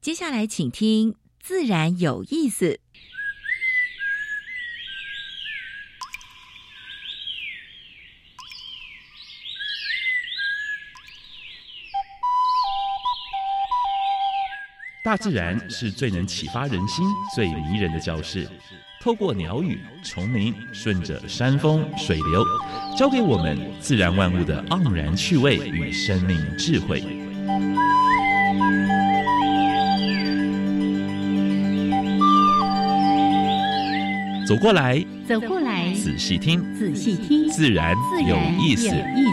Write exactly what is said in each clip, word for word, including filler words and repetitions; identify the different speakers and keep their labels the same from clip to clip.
Speaker 1: 接下来请听自然有意思。
Speaker 2: 大自然是最能启发人心、最迷人的教室。透过鸟语、虫鸣，顺着山峰、水流，教给我们自然万物的盎然趣味与生命智慧。走过来，
Speaker 3: 走过来，
Speaker 2: 仔细听，
Speaker 3: 仔细听，
Speaker 2: 自然有意思。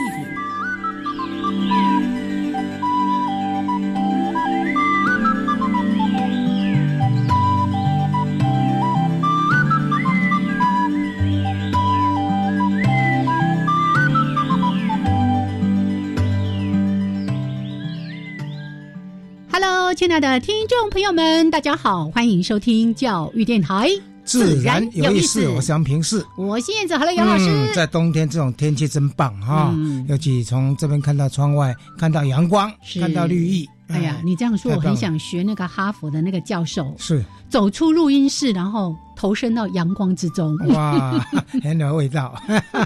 Speaker 3: 亲爱的听众朋友们，大家好，欢迎收听教育电台
Speaker 4: 自然有意思。我是杨平士，
Speaker 3: 我是燕子。Hello， 杨老师、
Speaker 4: 嗯。在冬天这种天气真棒哈、嗯，尤其从这边看到窗外，看到阳光，看到绿意。
Speaker 3: 哎呀，你这样说，我很想学那个哈佛的那个教授，
Speaker 4: 是
Speaker 3: 走出录音室，然后投身到阳光之中。
Speaker 4: 哇，很有味道。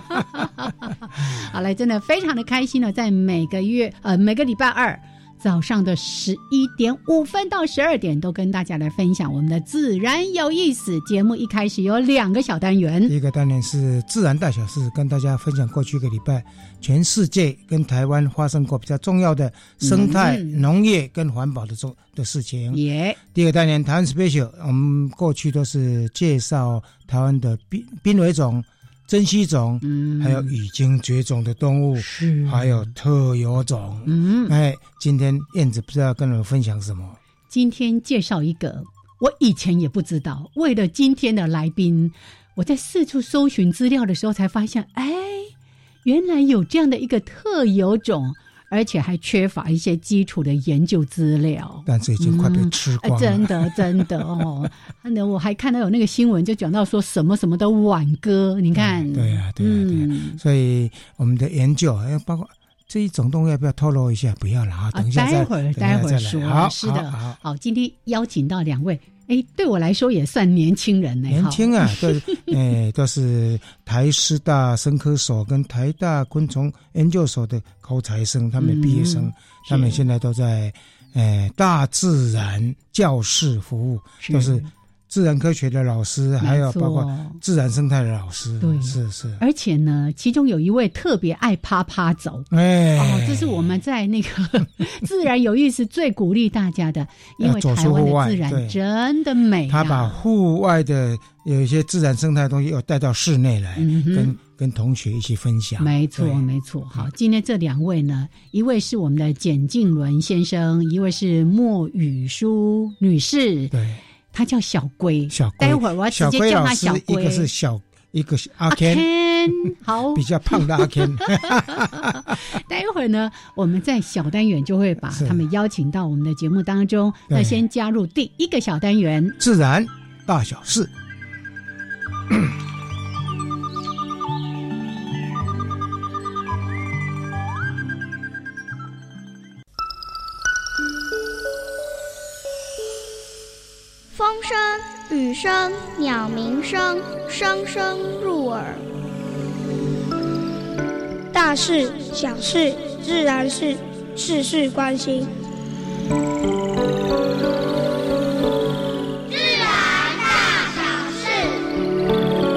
Speaker 3: 好嘞，真的非常的开心呢，在每个月呃每个礼拜二。早上的十一点五分到十二点，都跟大家来分享我们的自然有意思节目。一开始有两个小单元，
Speaker 4: 第一个单元是自然大小事，跟大家分享过去一个礼拜全世界跟台湾发生过比较重要的生态、嗯、农业跟环保的重的事情。
Speaker 3: 耶、yeah ！
Speaker 4: 第二个单元台湾 special， 我们过去都是介绍台湾的濒濒危种。珍稀种、嗯，还有已经绝种的动物，
Speaker 3: 是
Speaker 4: 还有特有种。嗯，哎，今天燕子不知道跟我们分享什么？
Speaker 3: 今天介绍一个我以前也不知道，为了今天的来宾，我在四处搜寻资料的时候才发现，哎，原来有这样的一个特有种。而且还缺乏一些基础的研究资料，
Speaker 4: 但是已经快被吃光了。
Speaker 3: 嗯、真的，真的哦。那我还看到有那个新闻，就讲到说什么什么的挽歌，你看。
Speaker 4: 嗯、对呀、啊，对呀、啊，对、啊嗯。所以我们的研究，包括这一种动物，要不要透露一下？不要了啊，等一下再、
Speaker 3: 啊、待会儿，待会儿说。
Speaker 4: 好，
Speaker 3: 是的，
Speaker 4: 好，好，
Speaker 3: 好。今天邀请到两位。哎，对我来说也算年轻人呢。
Speaker 4: 年轻啊，对，哎，都是台师大生科所跟台大昆虫研究所的高材生，他们毕业生，嗯、他们现在都在，哎，大自然教室服务，是就是自然科学的老师，还有包括自然生态的老师。
Speaker 3: 对，
Speaker 4: 是是。
Speaker 3: 而且呢，其中有一位特别爱趴趴走，
Speaker 4: 哎，
Speaker 3: 哦，这是我们在那个自然有意思最鼓励大家的，因为台湾的自然真的美、啊。
Speaker 4: 他把户外的有一些自然生态的东西，又带到室内来，嗯、跟跟同学一起分享。
Speaker 3: 没错，没错。好，今天这两位呢，一位是我们的简静伦先生，一位是莫雨舒女士。
Speaker 4: 对。
Speaker 3: 他叫小龟，
Speaker 4: 小龟，
Speaker 3: 待会儿我要直接叫他小龟。
Speaker 4: 一个是小，一个是阿 Ken，
Speaker 3: 好，
Speaker 4: 比较胖的阿 Ken。
Speaker 3: 待会儿呢，我们在小单元就会把他们邀请到我们的节目当中。那先加入第一个小单元，
Speaker 4: 自然大小事。
Speaker 5: 风声、雨声、鸟鸣声，声声入耳。大事、小事、自然事，事事关心。自然大小事。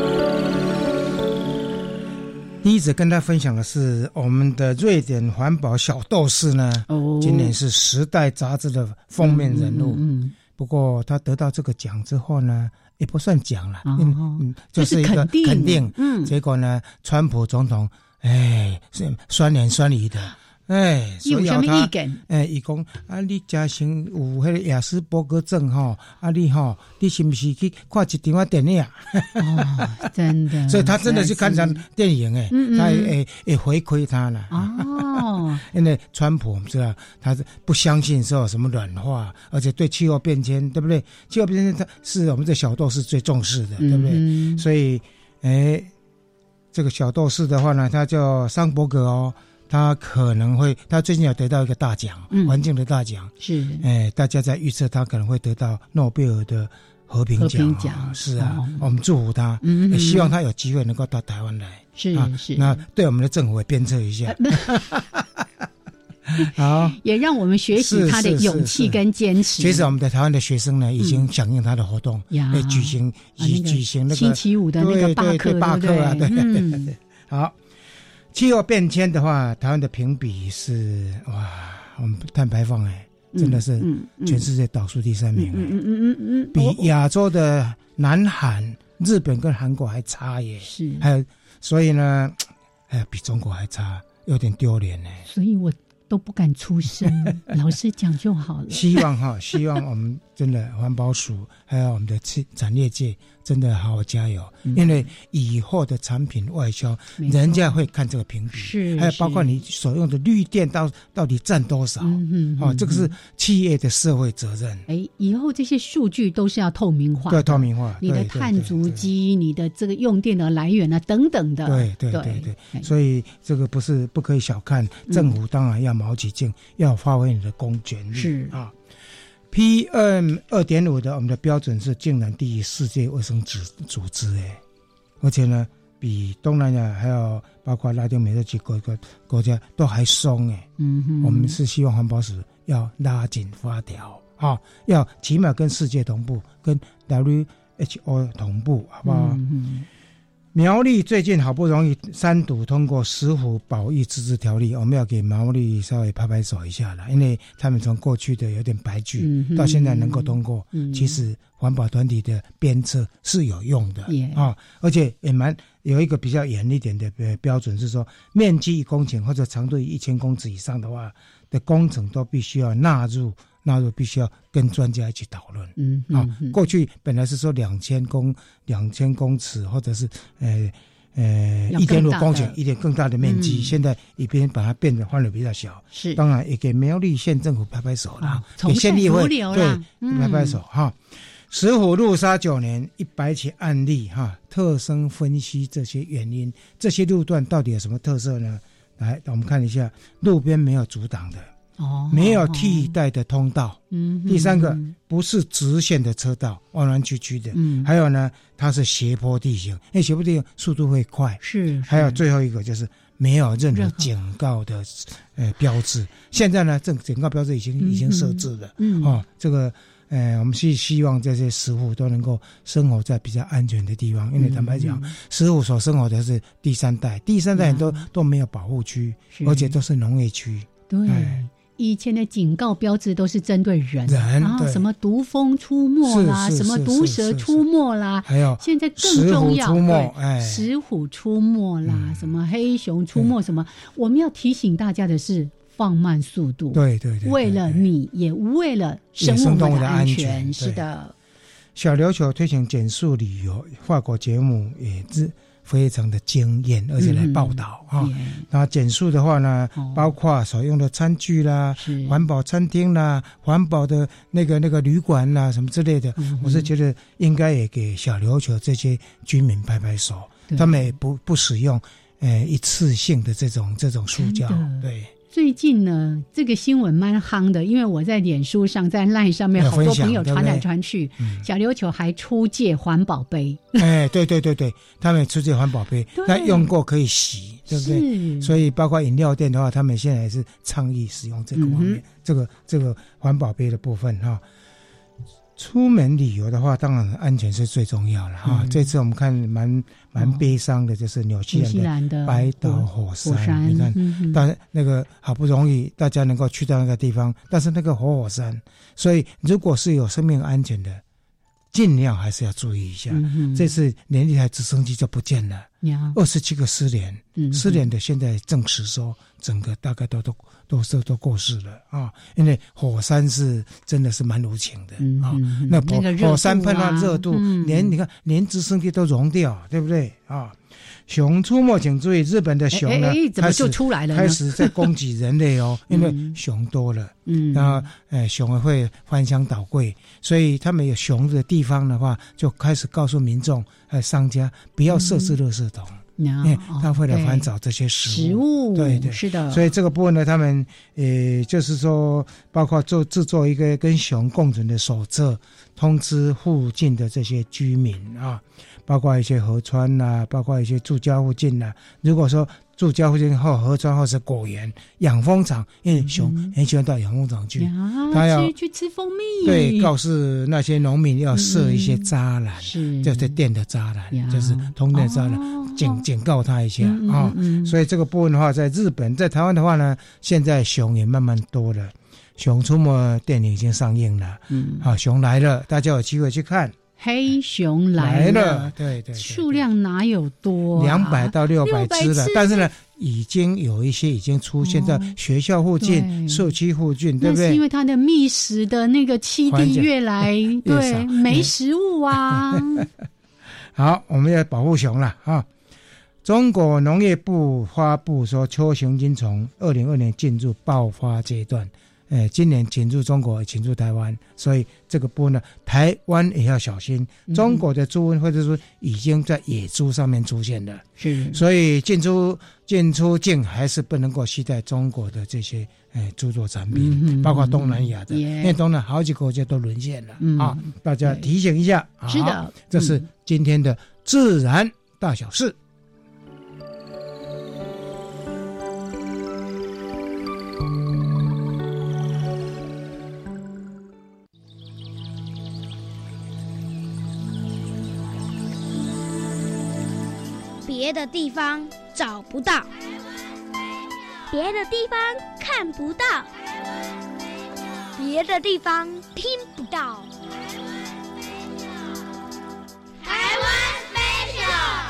Speaker 4: 第一则跟大家分享的是我们的瑞典环保小斗士呢，哦、今年是《时代》杂志的封面人物。嗯嗯嗯不过他得到这个奖之后呢，也不算奖了，哦
Speaker 3: 嗯
Speaker 4: 嗯，就是一个肯定。肯定
Speaker 3: 嗯，
Speaker 4: 结果呢，川普总统，哎，是酸言酸语的，哎，
Speaker 3: 有什么意见？
Speaker 4: 哎，伊讲啊，你家先有迄个雅斯伯格症吼，啊，你吼，你是不是去看一场电影？
Speaker 3: 哦，真的，
Speaker 4: 所以他真的去看场电影哎，嗯嗯他也也回馈他了。
Speaker 3: 哦，
Speaker 4: 因为川普我们知道他是不相信说有什么暖化，而且对气候变迁，对不对？气候变迁它是我们这小斗士最重视的，对不对？
Speaker 3: 嗯、
Speaker 4: 所以，哎，这个小斗士的话呢，他叫桑伯格哦。 他可能会，他最近有得到一个大奖，嗯、环境的大奖，
Speaker 3: 是，
Speaker 4: 哎，大家在预测他可能会得到诺贝尔的和平奖，和平奖是啊，哦、我们祝福他，嗯也希望他有机会能够到台湾来，
Speaker 3: 是、
Speaker 4: 啊、
Speaker 3: 是，
Speaker 4: 那对我们的政府也鞭策一下。好，
Speaker 3: 也让我们学习他的勇气跟坚持。
Speaker 4: 其实我们的台湾的学生呢，已经响应他的活动，嗯、举行、啊、举举行那个
Speaker 3: 星期五的那个罢课，
Speaker 4: 罢课啊，对对对对、
Speaker 3: 嗯。
Speaker 4: 好，气候变迁的话，台湾的评比是哇，我们碳排放哎，真的是全世界倒数第三名，嗯嗯嗯嗯，比亚洲的南韩、日本跟韩国还差耶，
Speaker 3: 是，
Speaker 4: 还有所以呢，哎呀，比中国还差，有点丢脸呢。
Speaker 3: 所以我都不敢出声，老师讲就好了。
Speaker 4: 希望哈，希望我们真的环保署还有我们的产业界真的好好加油，嗯、因为以后的产品外销，人家会看这个评比，
Speaker 3: 是，
Speaker 4: 还有包括你所用的绿电到到底占多少，嗯嗯，哦，这个是企业的社会责任。
Speaker 3: 哎，以后这些数据都是要透明化，
Speaker 4: 对，透明化，
Speaker 3: 你的碳足迹、你的这个用电的来源啊等等的，
Speaker 4: 对对对 对, 对，所以这个不是不可以小看，政府当然要卯起劲，嗯、要发挥你的公权力，
Speaker 3: 是
Speaker 4: 啊。P M 二点五 的我们的标准是竟然低于世界卫生组组织哎，而且呢，比东南亚还有包括拉丁美洲几个个国家都还松哎。嗯哼，我们是希望环保署要拉紧发条啊，要起码跟世界同步，跟 W H O 同步，好不好？嗯，苗栗最近好不容易三读通过石虎保育自治条例，我们要给苗栗稍微拍拍手一下了，因为他们从过去的有点白剧，嗯、到现在能够通过，嗯、其实环保团体的鞭策是有用的、yeah. 啊，而且也蛮有一个比较严一点的标准是说，面积一公顷或者长度一千公尺以上的话的工程都必须要纳入。纳入必须要跟专家一起讨论。嗯，啊、嗯，过去本来是说两千公两千公尺，或者是呃呃一点五公顷，一点更大的面积，嗯、现在已经把它变得范围比较小。是，当然也给苗栗县政府拍拍手了，哦、给县立会对、嗯、拍拍手哈。石虎路杀九年一百起案例哈，特生分析这些原因，这些路段到底有什么特色呢？来，我们看一下，路边没有阻挡的。哦，没有替代的通道。嗯，第三个不是直线的车道，弯弯曲曲的。嗯，还有呢，它是斜坡地形，因为斜坡地形速度会快。是，还有最后一个就是没有任何警告的呃标志。现在呢，这警告标志已经、嗯、已经设置了。嗯，哦，这个呃，我们是希望这些石虎都能够生活在比较安全的地方，因为坦白讲，嗯、石虎所生活的是第三代，第三代很多、嗯、都没有保护区，而且都是农业区。对。哎，以前的警告标志都是针对人，人然后什么毒蜂出没啦，什么毒蛇出没啦，还有现在更重要，石虎出没，哎，石虎出没啦，嗯、什么黑熊出没，什么我们要提醒大家的是放慢速度，对对 对, 对，为了你也为了生物的安全，是的。小琉球推行减速旅游，法国节目也是非常的惊艳，而且来报道哈。那减速的话呢，哦、包括所用的餐具啦、环保餐厅啦、环保的那个那个旅馆啦什么之类的，嗯、我是觉得应该也给小琉球这些居民拍拍手，他们也不不使用呃一次性的这种这种塑胶，对。最近呢，这个新闻蛮夯的，因为我在脸书上、在 LINE 上面，好多朋友传来传去。嗯、小琉球还出借环保杯，哎，对对对对，他们出借环保杯，那用过可以洗，对不对？所以包括饮料店的话，他们现在也是倡议使用这个方面，嗯、这个这个环保杯的部分哈。出门旅游的话，当然安全是最重要了哈、嗯。这次我们看蛮蛮悲伤的，就是纽西兰的白岛火山。火山你看，嗯、但那个好不容易大家能够去到那个地方，但是那个活火山，所以如果是有生命安全的，尽量还是要注意一下。嗯、这次连一台直升机就不见了，二十七个失联，嗯、失联的现在证实说，整个大概都都。都是都过世了啊！因为火山是真的是蛮无情的、嗯、啊。那火、那個啊、火山碰到热度，嗯、连你看连直升机都融掉，对不对啊？熊出没，请注意，日本的熊呢，欸欸怎么就出来了呢？开始在攻击人类哦，因为熊多了，嗯，然后呃，熊会翻箱倒柜，所以他们有熊的地方的话，就开始告诉民众还有商家不要设置垃圾桶。
Speaker 3: 因
Speaker 4: 为他会来翻找这些食物，
Speaker 3: 食物
Speaker 4: 对对
Speaker 3: 是的。
Speaker 4: 所以这个部分呢，他们呃，就是说，包括做制作一个跟熊共存的手册，通知附近的这些居民啊，包括一些河川呐、啊，包括一些住家附近呐、啊。如果说住家附近或河川或是果园、养蜂场，因为熊很喜欢到养蜂场去，
Speaker 3: 嗯、
Speaker 4: 他要
Speaker 3: 去去吃蜂蜜。
Speaker 4: 对，告诉那些农民要设一些栅栏，
Speaker 3: 是、
Speaker 4: 嗯、就是电的栅栏，就是通电栅栏，哦、警警告他一下啊、
Speaker 3: 嗯哦嗯。
Speaker 4: 所以这个部分的话，在日本、在台湾的话呢，现在熊也慢慢多了，熊出没电影已经上映了，嗯，啊，熊来了，大家有机会去看。
Speaker 3: 黑熊来 了,
Speaker 4: 来了，对 对, 对，
Speaker 3: 数量哪有多、啊？
Speaker 4: 两百到六百只了，但是呢，已经有一些已经出现在学校附近、哦、社区附近，对不对？
Speaker 3: 那是因为它的觅食的那个栖地越来对没食物啊。
Speaker 4: 好，我们要保护熊了啊！中国农业部发布说，秋熊金虫二零二年进入爆发阶段。呃，今年进入中国，进入台湾，所以这个部分呢，台湾也要小心。中国的猪瘟或者说已经在野猪上面出现了，
Speaker 3: 是，
Speaker 4: 所以进出进出境还是不能够期待中国的这些呃猪肉产品、嗯，包括东南亚的，因为东南好几个国家都沦陷了、嗯、啊，大家提醒一下。
Speaker 3: 是的，
Speaker 4: 这是今天的自然大小事。
Speaker 5: 别的地方找不到，别的地方看不到，别的地方听不到。台湾 Special。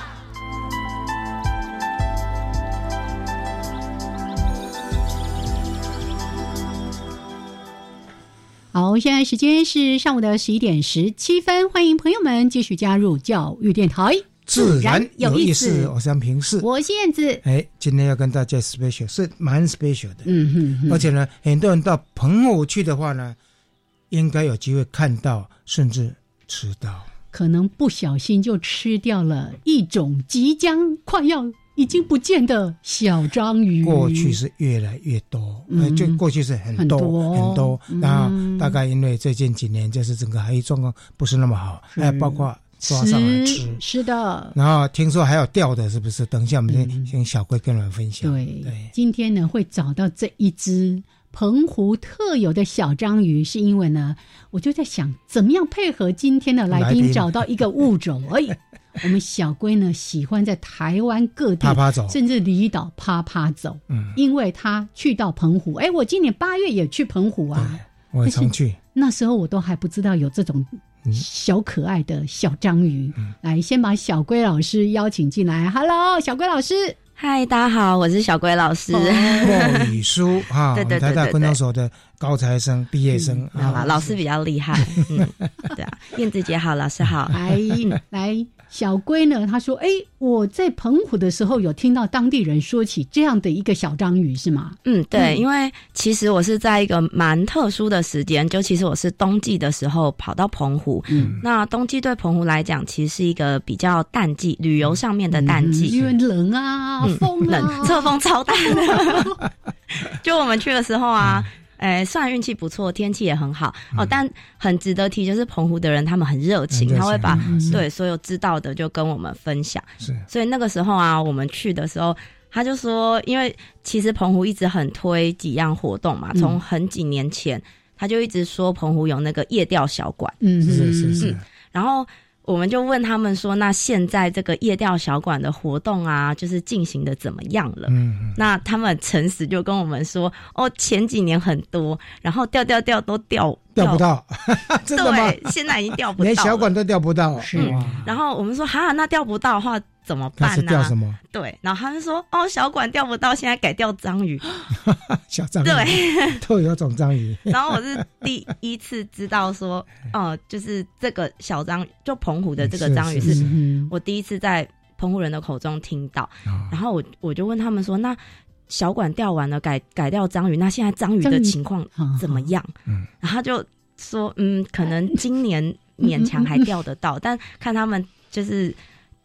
Speaker 3: 好，现在时间是上午的十一点十七分，欢迎朋友们继续加入教育电台。
Speaker 4: 自然有意思，我是杨平视，
Speaker 3: 我是燕子。
Speaker 4: 哎，今天要跟大家 special 是蛮 special 的，
Speaker 3: 嗯哼哼，
Speaker 4: 而且呢，很多人到澎湖去的话呢，应该有机会看到，甚至吃到，
Speaker 3: 可能不小心就吃掉了一种即将快要已经不见的小章鱼。
Speaker 4: 过去是越来越多，嗯，就过去是很多很多，很多嗯、然后大概因为最近几年就是整个海域状况不是那么好，还包括。抓上来吃，
Speaker 3: 是的。
Speaker 4: 然后听说还有钓的，是不是？等一下我们先请小龟跟我们分享。
Speaker 3: 对对，今天呢会找到这一只澎湖特有的小章鱼，是因为呢，我就在想怎么样配合今天的来宾找到一个物种而已。我们小龟呢喜欢在台湾各地
Speaker 4: 趴趴走，甚
Speaker 3: 至离岛趴趴走。嗯，因为他去到澎湖，哎，我今年八月也去澎湖啊，
Speaker 4: 我也常去。
Speaker 3: 那时候我都还不知道有这种。小可爱的小章鱼、嗯、来先把小龟老师邀请进来。 Hello 小龟老师。
Speaker 6: 嗨，大家好，我是小龟老师。
Speaker 4: 莫语书啊，
Speaker 6: 对对对对对，
Speaker 4: 台大昆虫所的高材生毕业生、
Speaker 6: 嗯、好吧，老师比较厉害。嗯，对啊，燕子姐好，老师好。
Speaker 3: 来来，小龟呢他说，哎，我在澎湖的时候有听到当地人说起这样的一个小章鱼是吗？
Speaker 6: 嗯，对、嗯、因为其实我是在一个蛮特殊的时间，就其实我是冬季的时候跑到澎湖。嗯，那冬季对澎湖来讲其实是一个比较淡季，旅游上面的淡季、
Speaker 3: 嗯、因为冷啊、嗯、风啊，
Speaker 6: 冷，侧风超大的。就我们去的时候啊、嗯诶，虽然运气不错，天气也很好、嗯、哦，但很值得提就是澎湖的人他们很热情，他会把、嗯、对所有知道的就跟我们分享。是，所以那个时候啊，我们去的时候，他就说，因为其实澎湖一直很推几样活动嘛，从很几年前、嗯、他就一直说澎湖有那个夜钓小馆，
Speaker 4: 嗯，是是是、嗯，
Speaker 6: 然后。我们就问他们说，那现在这个夜钓小馆的活动啊，就是进行的怎么样了？嗯，那他们诚实就跟我们说，哦，前几年很多，然后钓钓钓都钓
Speaker 4: 钓不到，真的吗？
Speaker 6: 对，现在已经钓不到了，
Speaker 4: 连小馆都钓不到。
Speaker 3: 是、
Speaker 6: 嗯，然后我们说，哈，那钓不到的话怎么办呢、啊？
Speaker 4: 钓什么？
Speaker 6: 对，然后他们说，哦，小馆钓不到，现在改钓章鱼，
Speaker 4: 小章鱼，
Speaker 6: 对，
Speaker 4: 特有种章鱼。
Speaker 6: 然后我是第一次知道说，哦、呃，就是这个小章，就澎湖的这个章鱼是我第一次在澎湖人的口中听到。然后我我就问他们说，那小馆钓完了，改改钓章鱼，那现在章鱼的情况怎么样？嗯，然后他就说，嗯，可能今年勉强还钓得到，但看他们就是。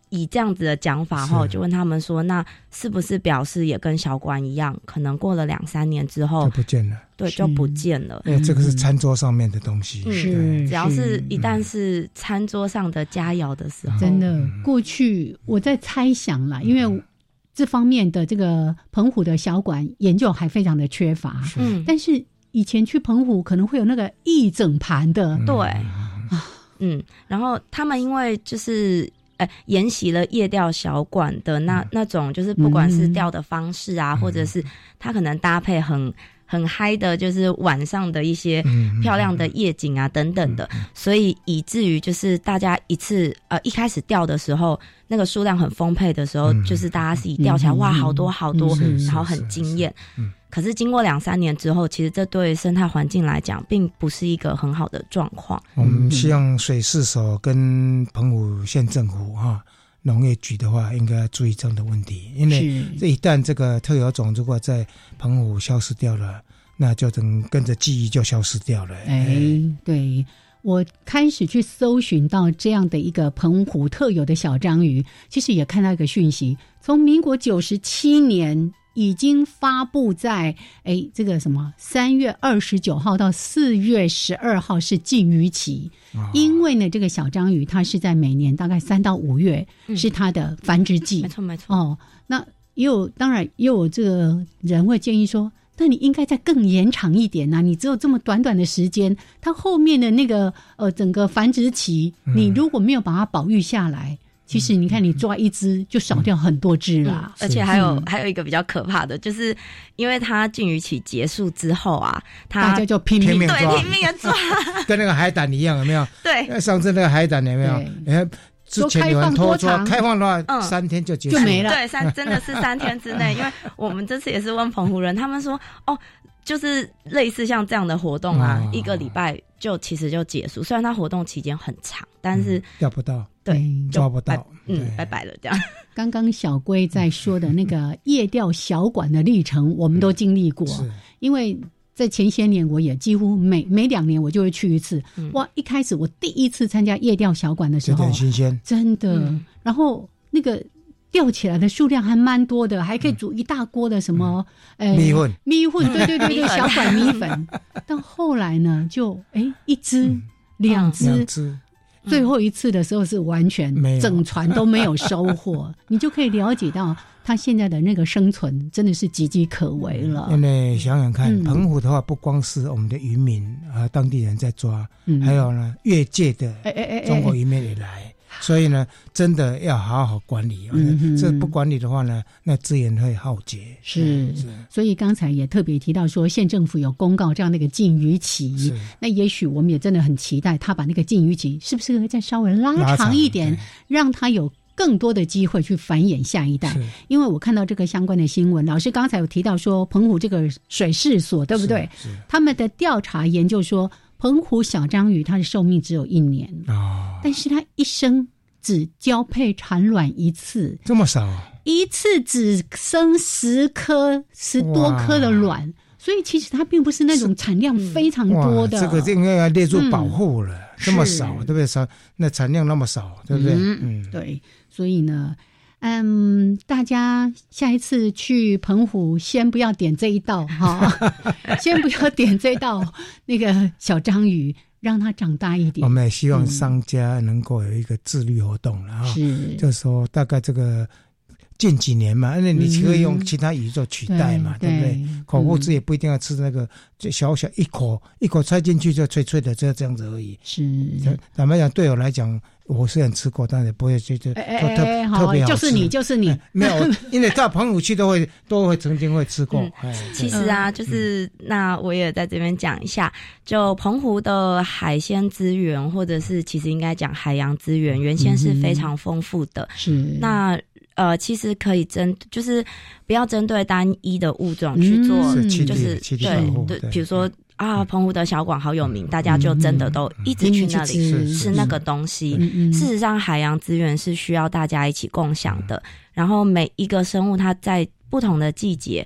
Speaker 6: 以这样子的讲法后，就问他们说，那是不是表示也跟小馆一样，可能过了两三年之后
Speaker 4: 就不见了？
Speaker 6: 对，就不见了。
Speaker 4: 因为这个是餐桌上面的东西，
Speaker 6: 嗯、
Speaker 3: 是
Speaker 6: 只要是一旦是餐桌上的佳肴的时候，
Speaker 3: 真的，过去我在猜想啦，因为这方面的这个澎湖的小馆研究还非常的缺乏，
Speaker 6: 嗯，
Speaker 3: 但是以前去澎湖可能会有那个一整盘的，
Speaker 6: 对，嗯，嗯，然后他们因为就是呃沿袭了夜钓小馆的那那种，就是不管是钓的方式啊，嗯、或者是他可能搭配很很嗨的，就是晚上的一些漂亮的夜景啊等等的，所以以至于就是大家一次呃一开始钓的时候，那个数量很丰沛的时候，就是大家是以钓起来哇好多好多，然后很惊艳。可是经过两三年之后，其实这对生态环境来讲，并不是一个很好的状况。
Speaker 4: 我们希望水事所跟澎湖县政府哈。农业局的话，应该注意这样的问题，因为这一旦这个特有种如果在澎湖消失掉了，那就等跟着记忆就消失掉了。
Speaker 3: 哎，对，我开始去搜寻到这样的一个澎湖特有的小章鱼，其实也看到一个讯息，从民国九十七年。已经发布在哎这个什么三月二十九号到四月十二号是禁渔期，哦、因为呢这个小章鱼它是在每年大概三到五月、嗯、是它的繁殖季，
Speaker 6: 没错没错。
Speaker 3: 哦，那也有当然也有这个人会建议说，那你应该再更延长一点啊！你只有这么短短的时间，它后面的那个呃整个繁殖期，嗯、你如果没有把它保育下来。其实你看，你抓一只就少掉很多只啦、
Speaker 6: 嗯，而且还有、嗯、还有一个比较可怕的，就是因为它禁渔期结束之后啊，它
Speaker 3: 大家就拼命
Speaker 6: 对拼命的抓，
Speaker 4: 跟那个海胆一样，有没有？
Speaker 6: 对，
Speaker 4: 上次那个海胆有没有？哎，之前有人拖抓，开放的话、
Speaker 6: 嗯、
Speaker 4: 三天就结束
Speaker 3: 就没了。
Speaker 6: 对，三真的是三天之内，因为我们这次也是问澎湖人，他们说哦。就是类似像这样的活动啊，哦、一个礼拜就其实就结束。虽然它活动期间很长，但是、嗯、
Speaker 4: 钓不到，
Speaker 6: 对，
Speaker 4: 抓不到，
Speaker 6: 嗯，拜拜了这样。
Speaker 3: 刚刚小龟在说的那个夜钓小馆的历程，我们都经历过。
Speaker 4: 是，
Speaker 3: 因为在前些年，我也几乎每每两年我就会去一次。嗯、哇，一开始我第一次参加夜钓小馆的时候，
Speaker 4: 很新鲜，
Speaker 3: 真的。嗯、然后那个。钓起来的数量还蛮多的，还可以煮一大锅的什么、
Speaker 4: 嗯、呃米粉，
Speaker 3: 米粉，对对对对，小馆米粉。到后来呢，就哎一只、嗯、两只，
Speaker 4: 两只，
Speaker 3: 最后一次的时候是完全整船都没有收获，你就可以了解到它现在的那个生存真的是岌岌可危了。
Speaker 4: 因为想想看，澎湖的话，不光是我们的渔民啊当地人在抓，嗯、还有呢越界的中国渔民也来。所以呢，真的要好好管理。嗯，这不管理的话呢，那资源会耗竭。
Speaker 3: 是，是所以刚才也特别提到说，县政府有公告这样的一个禁渔期。那也许我们也真的很期待他把那个禁渔期是不是可以再稍微拉长一点，让他有更多的机会去繁衍下一代。因为我看到这个相关的新闻，老师刚才有提到说，澎湖这个水事所对不对？他们的调查研究说。澎湖小章鱼它的寿命只有一年、哦、但是它一生只交配产卵一次，
Speaker 4: 这么少，
Speaker 3: 一次只生十颗十多颗的卵，所以其实它并不是那种产量非常多的。
Speaker 4: 这个应该要列入保护了、嗯、这么少对不对？少那产量那么少对不对？
Speaker 3: 嗯，嗯对，所以呢嗯，大家下一次去澎湖，先不要点这一道哈，先不要点这道那个小章鱼，让它长大一点。
Speaker 4: 我们也希望商家能够有一个自律活动了哈、嗯，就是说大概这个近几年嘛，因为你可以用其他鱼做取代嘛，嗯、对, 对不对？口腹之也不一定要吃那个，就小小一口一口塞进去就脆脆的，就这样子而已。
Speaker 3: 是，
Speaker 4: 坦白讲，对我来讲。我虽然吃过，但是不会觉得特、欸欸、特别好吃。
Speaker 3: 就是你，就是你，欸、
Speaker 4: 没有，因为到澎湖去都会都会曾经会吃过。
Speaker 6: 嗯、其实啊，就是、嗯、那我也在这边讲一下，就澎湖的海鲜资源，或者是其实应该讲海洋资源，原先是非常丰富的。是、嗯、那呃，其实可以针，就是不要针对单一的物种去做，
Speaker 4: 嗯、
Speaker 6: 就是对对，比如说。啊，澎湖的小馆好有名，大家就真的都一直去那里、嗯、吃那个东西、嗯。事实上，海洋资源是需要大家一起共享的。然后每一个生物，它在不同的季节，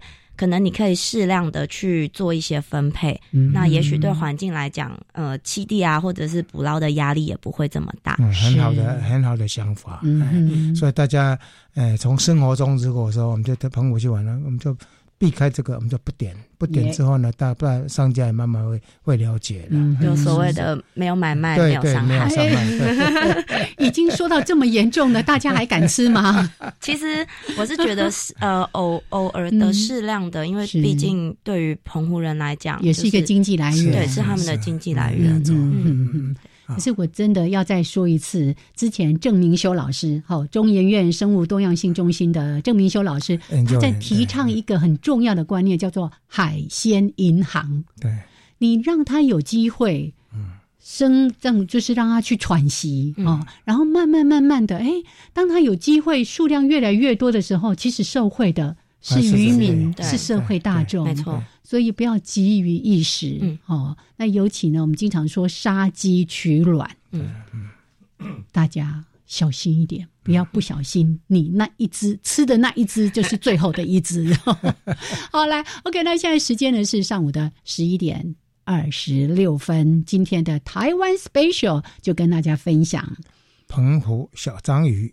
Speaker 6: 可能你可以适量的去做一些分配，嗯、那也许对环境来讲，呃，栖地啊或者是捕捞的压力也不会这么大。
Speaker 4: 嗯，很好的很好的想法。嗯，哎、所以大家呃从生活中如果说我们就到澎湖去玩了，我们就避开这个，我们就不点，不点之后呢，大大商家也慢慢会会了解了。嗯，
Speaker 6: 就所谓的没有买卖，没有伤害，
Speaker 4: 对对，
Speaker 3: 已经说到这么严重了，大家还敢吃吗？
Speaker 6: 其实我是觉得，呃，偶偶尔的适量的，嗯、因为毕竟对于澎湖人来讲，
Speaker 3: 也是一个经济来源，
Speaker 6: 对，是他们的经济来源。
Speaker 3: 嗯嗯嗯。可是我真的要再说一次，之前郑明修老师，好、哦，中研院生物多样性中心的郑明修老师，他在提倡一个很重要的观念，叫做海鲜银行。
Speaker 4: 对，
Speaker 3: 你让他有机会，嗯，生让就是让他去喘息啊、嗯哦，然后慢慢慢慢的，哎，当他有机会数量越来越多的时候，其实受惠的是渔民，是社会大众，
Speaker 6: 没错。
Speaker 3: 所以不要急于一时，嗯，哦，那尤其呢，我们经常说杀鸡取卵，嗯嗯，大家小心一点，不要不小心，你那一只吃的那一只就是最后的一只。好，来 ，OK， 那现在时间呢是上午的十一点二十六分，今天的台湾 Special 就跟大家分享
Speaker 4: 澎湖小章鱼。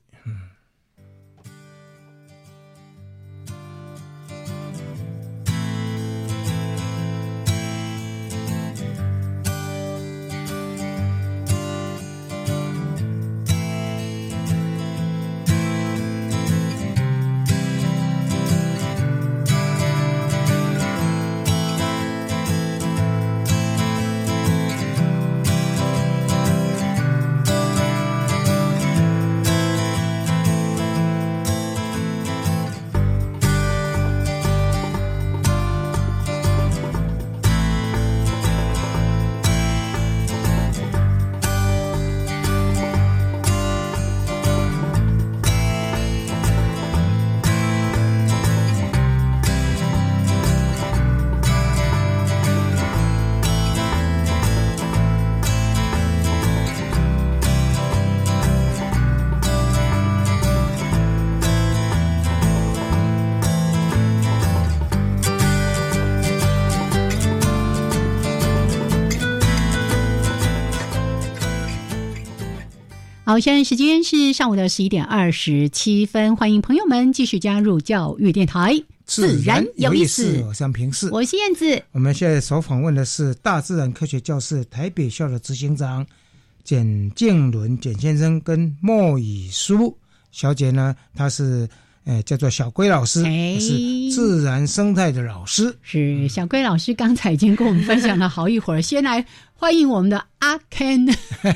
Speaker 3: 好，现在时间是上午的十一点二十七分，欢迎朋友们继续加入教育电台，
Speaker 4: 自然有意思。我是平视，
Speaker 3: 我是燕子。
Speaker 4: 我们现在所访问的是大自然科学教室台北校的执行长简静伦简先生跟莫以书小姐呢，她是呃叫做小龟老师，
Speaker 3: 哎、
Speaker 4: 是自然生态的老师。
Speaker 3: 是小龟老师刚才已经跟我们分享了好一会儿，先来欢迎我们的阿 Ken。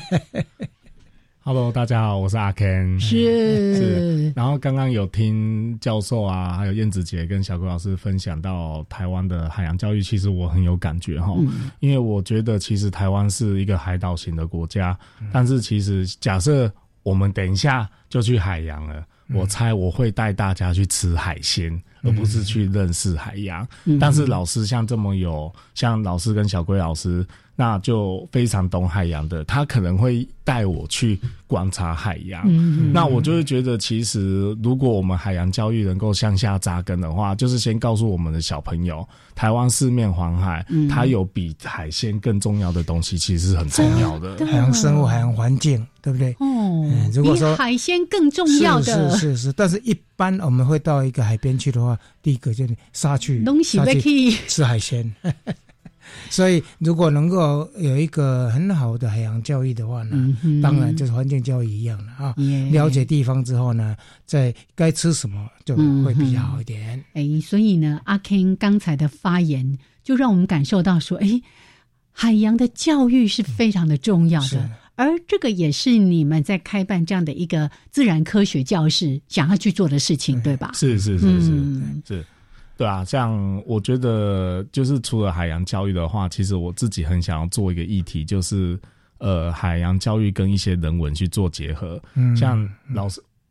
Speaker 7: Hello， 大家好，我是阿 Ken。
Speaker 3: 是
Speaker 7: 是。然后刚刚有听教授啊，还有燕子姐跟小龟老师分享到台湾的海洋教育，其实我很有感觉哈、嗯，因为我觉得其实台湾是一个海岛型的国家，嗯、但是其实假设我们等一下就去海洋了，嗯、我猜我会带大家去吃海鲜。而不是去认识海洋、嗯、但是老师像这么有像老师跟小龟老师那就非常懂海洋的，他可能会带我去观察海洋、嗯、那我就会觉得其实如果我们海洋教育能够向下扎根的话，就是先告诉我们的小朋友台湾四面环海、嗯、它有比海鲜更重要的东西，其实是很重要的
Speaker 4: 海洋生物海洋环境，对不对？
Speaker 3: 哦、嗯，如果说比海鲜更重要的
Speaker 4: 是是是是，但是一般我们会到一个海边去的话，第一个就是杀去杀去吃海鲜。所以如果能够有一个很好的海洋教育的话呢、嗯、当然就是环境教育一样的啊、yeah. 了解地方之后呢，在该吃什么就会比较好一点、
Speaker 3: 嗯、所以呢阿 Ken 刚才的发言就让我们感受到说，哎，海洋的教育是非常的重要的、嗯、而这个也是你们在开办这样的一个自然科学教室想要去做的事情， 对, 对吧？
Speaker 7: 是是是是、嗯、是，对啊，像我觉得就是除了海洋教育的话，其实我自己很想要做一个议题，就是呃海洋教育跟一些人文去做结合。嗯，像老师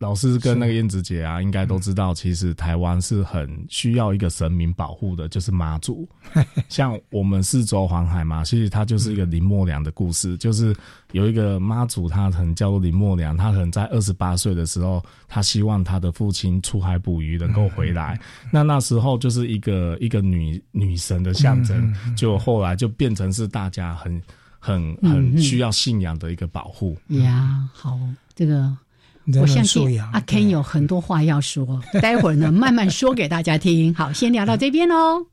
Speaker 7: 老师跟那个燕子姐啊，应该都知道，其实台湾是很需要一个神明保护的，就是妈祖。像我们四周环海嘛，其实它就是一个林默娘的故事，就是有一个妈祖，她可能叫做林默娘，她可能在二十八岁的时候，她希望她的父亲出海捕鱼能够回来。嗯、那那时候就是一个一个女女神的象征，嗯嗯、就后来就变成是大家很很很需要信仰的一个保护。
Speaker 3: 呀，好，这个。我相信阿 Ken 有很多话要说，待会儿呢慢慢说给大家听。好，先聊到这边哦。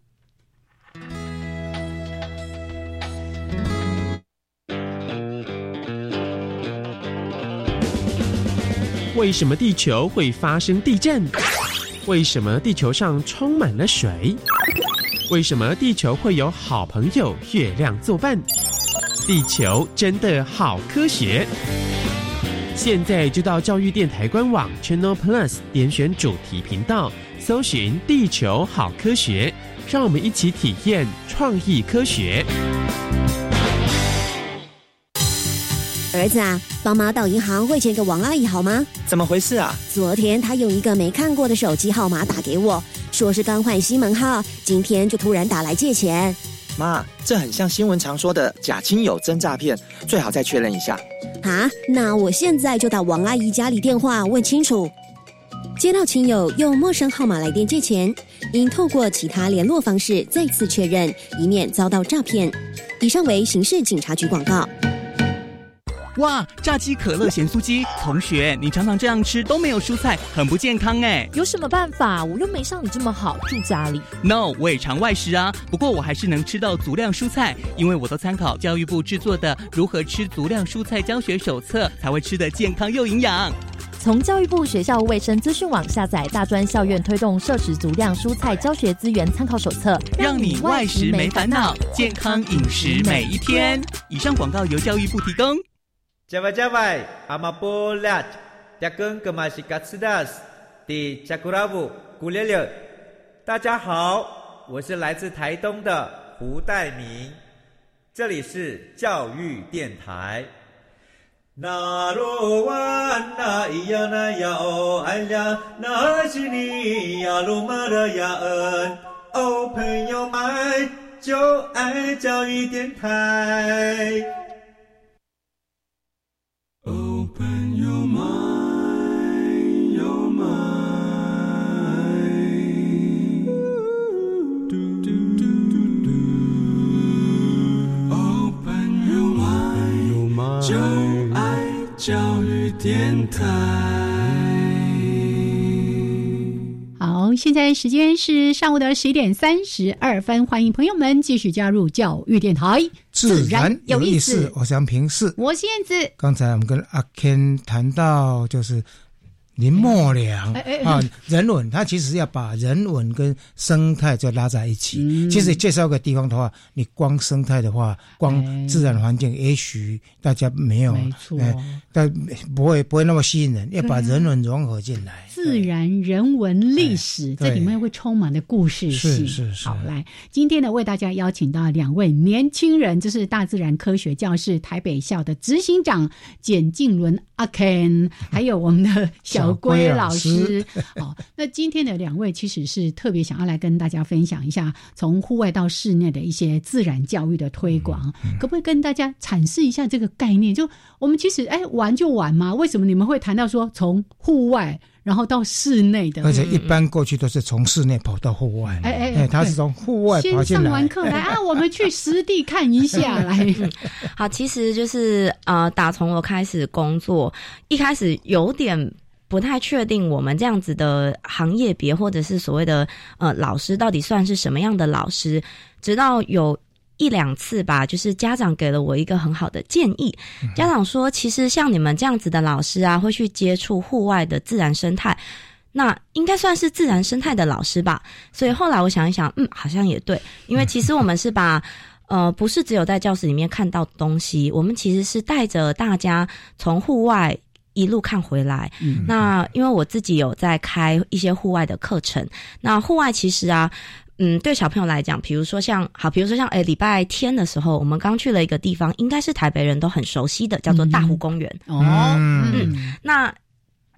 Speaker 8: 为什么地球会发生地震？为什么地球上充满了水？为什么地球会有好朋友月亮作伴？地球真的好科学。现在就到教育电台官网 Channel Plus 点选主题频道，搜寻地球好科学，让我们一起体验创意科学。
Speaker 9: 儿子啊，帮妈到银行汇钱给王阿姨好吗？
Speaker 10: 怎么回事啊？
Speaker 9: 昨天她用一个没看过的手机号码打给我，说是刚换新门号，今天就突然打来借钱。
Speaker 10: 妈，这很像新闻常说的假亲友真诈骗，最好再确认一下。
Speaker 9: 啊，那我现在就打王阿姨家里电话问清楚。接到亲友用陌生号码来电借钱，应透过其他联络方式再次确认，以免遭到诈骗。以上为刑事警察局广告。
Speaker 11: 哇，炸鸡可乐咸酥鸡，同学，你常常这样吃都没有蔬菜，很不健康哎。
Speaker 12: 有什么办法？我又没像你这么好，住家里。
Speaker 11: No， 我也常外食啊，不过我还是能吃到足量蔬菜，因为我都参考教育部制作的《如何吃足量蔬菜教学手册》，才会吃得健康又营养。
Speaker 12: 从教育部学校卫生资讯网下载大专校院推动摄取足量蔬菜教学资源参考手册，
Speaker 11: 让你外食没烦恼，健康饮食每一天。以上广告由教育部提供。
Speaker 13: Jawai-jawai, amapolat, jakeng kemashikatsidas, di Jakuravu, Gulele。大家好，我是来自台东的胡代明，这里是教育电台。那罗哇那咿呀那呀哦哎呀，那是你呀鲁玛的呀恩哦，朋友们就爱教育电台。Open your mind, your mind. Do, do, do, do. Open your mind, your mind. 就爱教育电台。
Speaker 3: 好，现在时间是上午的十一点三十二分，欢迎朋友们继续加入教育电台。
Speaker 4: 自然有意思，我想平视，
Speaker 3: 我是燕子。
Speaker 4: 刚才我们跟阿 Ken 谈到，就是林默娘、哎哎哎、啊，人文，它其实要把人文跟生态就拉在一起。嗯、其实介绍个地方的话，你光生态的话，光自然环境，也许大家没有，没错、哎，但不会不会那么吸引人，要把人文融合进来。
Speaker 3: 自然、人文、历史，这里面会充满的故事性。
Speaker 4: 是是是。
Speaker 3: 好，来，今天呢，为大家邀请到两位年轻人，这是大自然科学教室台北校的执行长简静伦阿 Ken， 还有我们的小龟老师。好，那今天的两位其实是特别想要来跟大家分享一下，从户外到室内的一些自然教育的推广，嗯嗯、可不可以跟大家阐释一下这个概念？就我们其实哎玩就玩嘛，为什么你们会谈到说从户外？然后到室内的，
Speaker 4: 而且一般过去都是从室内跑到户外，哎哎哎，他是从户外跑进来。
Speaker 3: 先上完课来啊，我们去实地看一下来。
Speaker 6: 好，其实就是呃，打从我开始工作，一开始有点不太确定我们这样子的行业别或者是所谓的呃老师到底算是什么样的老师，直到有一两次吧，就是家长给了我一个很好的建议。家长说，其实像你们这样子的老师啊，会去接触户外的自然生态，那应该算是自然生态的老师吧。所以后来我想一想，嗯，好像也对，因为其实我们是把呃，不是只有在教室里面看到东西，我们其实是带着大家从户外一路看回来。嗯、那因为我自己有在开一些户外的课程，那户外其实啊。嗯，对小朋友来讲，比如说像好，比如说像诶，礼拜天的时候，我们刚去了一个地方，应该是台北人都很熟悉的，叫做大湖公园。哦，嗯，嗯那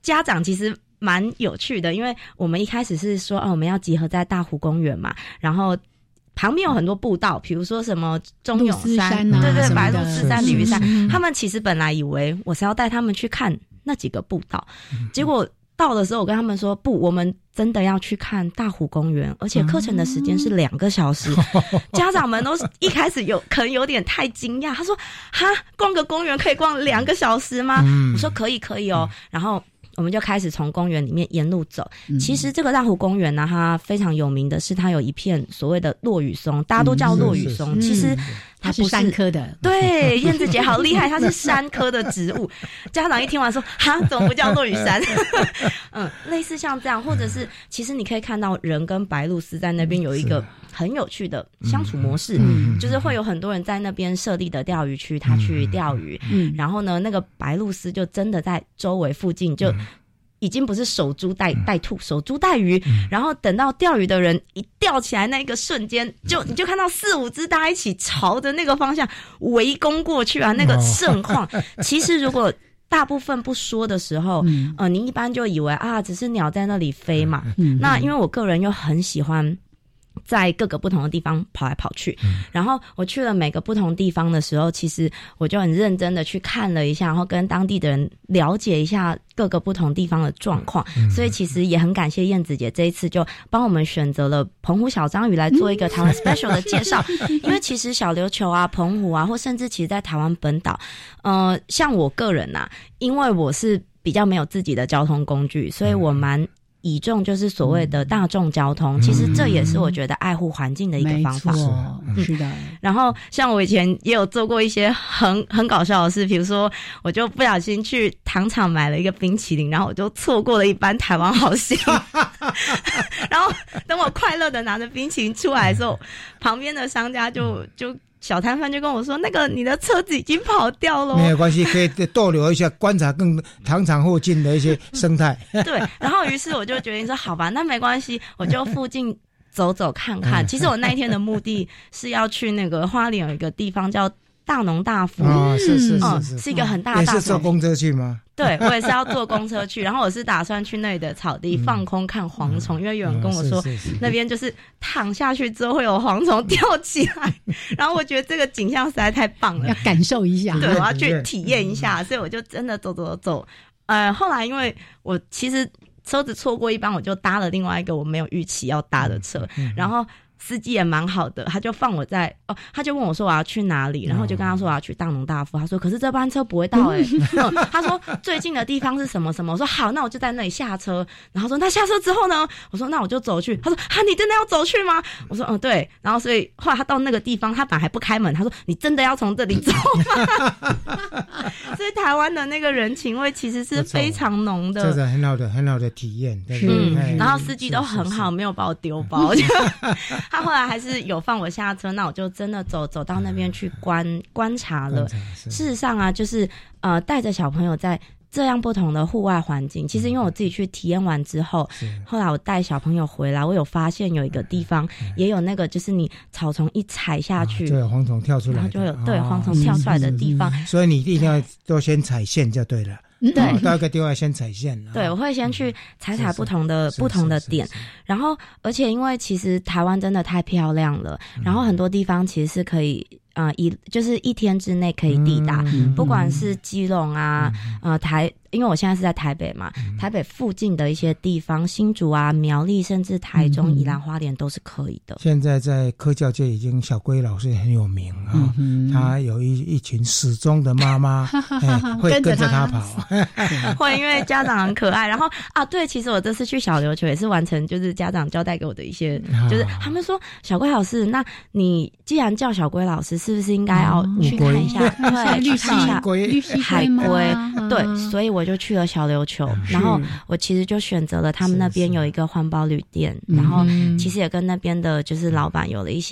Speaker 6: 家长其实蛮有趣的，因为我们一开始是说，哦，我们要集合在大湖公园嘛，然后旁边有很多步道，比如说什么中永山，
Speaker 3: 山啊、
Speaker 6: 对对，白鹭鸶山、鲤鱼山，
Speaker 3: 嗯、
Speaker 6: 他们其实本来以为我是要带他们去看那几个步道，嗯、结果到的时候我跟他们说，不，我们真的要去看大湖公园，而且课程的时间是两个小时。嗯、家长们都一开始有可能有点太惊讶，他说：“哈，逛个公园可以逛两个小时吗？”嗯、我说：“可以，可以哦。”然后我们就开始从公园里面沿路走。嗯、其实这个大湖公园呢，它非常有名的是它有一片所谓的落羽松，大家都叫落羽松，嗯、其实它不是
Speaker 3: 它是山科的。
Speaker 6: 对，燕子姐好厉害，它是山科的植物。家长一听完说：“哈，怎么不叫落羽山？”嗯，类似像这样，或者是其实你可以看到人跟白鹭鸶在那边有一个很有趣的相处模式，嗯、就是会有很多人在那边设立的钓鱼区，他去钓鱼，嗯、然后呢，那个白鹭鸶就真的在周围附近就。已经不是守株待待兔，守株待鱼。嗯、然后等到钓鱼的人一钓起来那个瞬间，就你就看到四五只大家一起朝着那个方向围攻过去啊，那个盛况。哦、其实如果大部分不说的时候，嗯、呃，你一般就以为啊，只是鸟在那里飞嘛。嗯、那因为我个人又很喜欢。在各个不同的地方跑来跑去，嗯、然后我去了每个不同地方的时候，其实我就很认真的去看了一下，然后跟当地的人了解一下各个不同地方的状况。嗯、所以其实也很感谢燕子姐这一次就帮我们选择了澎湖小章鱼来做一个台湾 special 的介绍。嗯、因为其实小琉球啊、澎湖啊，或甚至其实在台湾本岛，呃，像我个人啊，因为我是比较没有自己的交通工具，所以我蛮。倚重就是所谓的大众交通，嗯、其实这也是我觉得爱护环境的一个方法。
Speaker 3: 嗯、是的。
Speaker 6: 然后像我以前也有做过一些很很搞笑的事，比如说我就不小心去糖厂买了一个冰淇淋，然后我就错过了一班台湾好行。然后等我快乐的拿着冰淇淋出来的时候，旁边的商家就就。小摊贩就跟我说：“那个你的车子已经跑掉了。”
Speaker 4: 没有关系，可以逗留一下，观察更糖厂附近的一些生态。
Speaker 6: 对，然后于是我就决定说：“好吧，那没关系，我就附近走走看看。”其实我那一天的目的是要去那个花莲有一个地方叫大农大福，
Speaker 4: 哦，是是是
Speaker 6: 是，是一个很大的大。
Speaker 4: 也是坐公车去吗？
Speaker 6: 对，我也是要坐公车去，然后我是打算去那里的草地放空看蝗虫，嗯、因为有人跟我说、嗯、是是是那边就是躺下去之后会有蝗虫掉起来，然后我觉得这个景象实在太棒了，
Speaker 3: 要感受一下，
Speaker 6: 对，我要去体验一下，所以我就真的走走走。呃，后来因为我其实车子错过一班，我就搭了另外一个我没有预期要搭的车，嗯嗯、然后。司机也蛮好的，他就放我在哦，他就问我说我要去哪里，然后就跟他说我要去大农大富，他说可是这班车不会到哎、欸嗯，他说最近的地方是什么什么，我说好，那我就在那里下车，然后说那下车之后呢，我说那我就走去，他说啊你真的要走去吗？我说嗯对，然后所以后来他到那个地方，他本来还不开门，他说你真的要从这里走吗？所以台湾的那个人情味其实是非常浓的，
Speaker 4: 这是很好的很好的体验，对不
Speaker 6: 对？嗯，然后司机都很好，没有把我丢包。他后来还是有放我下车，那我就真的走走到那边去观观察了。事实上啊，就是呃带着小朋友在这样不同的户外环境，其实因为我自己去体验完之后，后来我带小朋友回来，我有发现有一个地方也有那个，就是你草丛一踩下去，
Speaker 4: 就有蝗虫跳出来，
Speaker 6: 然后就有对蝗虫跳出来的地方，
Speaker 4: 所以你一定要都先踩线就对了。
Speaker 6: 对，
Speaker 4: 到一个地方先踩线。
Speaker 6: 对，我会先去踩踩不同的不同的点，然后而且因为其实台湾真的太漂亮了，然后很多地方其实是可以。呃，一就是一天之内可以抵达，嗯、不管是基隆啊，嗯、呃台，因为我现在是在台北嘛，嗯、台北附近的一些地方，新竹啊、苗栗，甚至台中、嗯、宜兰花莲都是可以的。
Speaker 4: 现在在科教界已经小龟老师很有名啊，嗯、他有一一群始终的妈妈、哎、会跟着他跑，
Speaker 6: 会因为家长很可爱。然后啊，对，其实我这次去小琉球也是完成，就是家长交代给我的一些，啊、就是他们说小龟老师，那你既然叫小龟老师。是不是应该要去看一下？对，去看一下海龟。对，所以我就去了小琉球，然后我其实就选择了他们那边有一个环保旅店，然后其实也跟那边的就是老板有了一些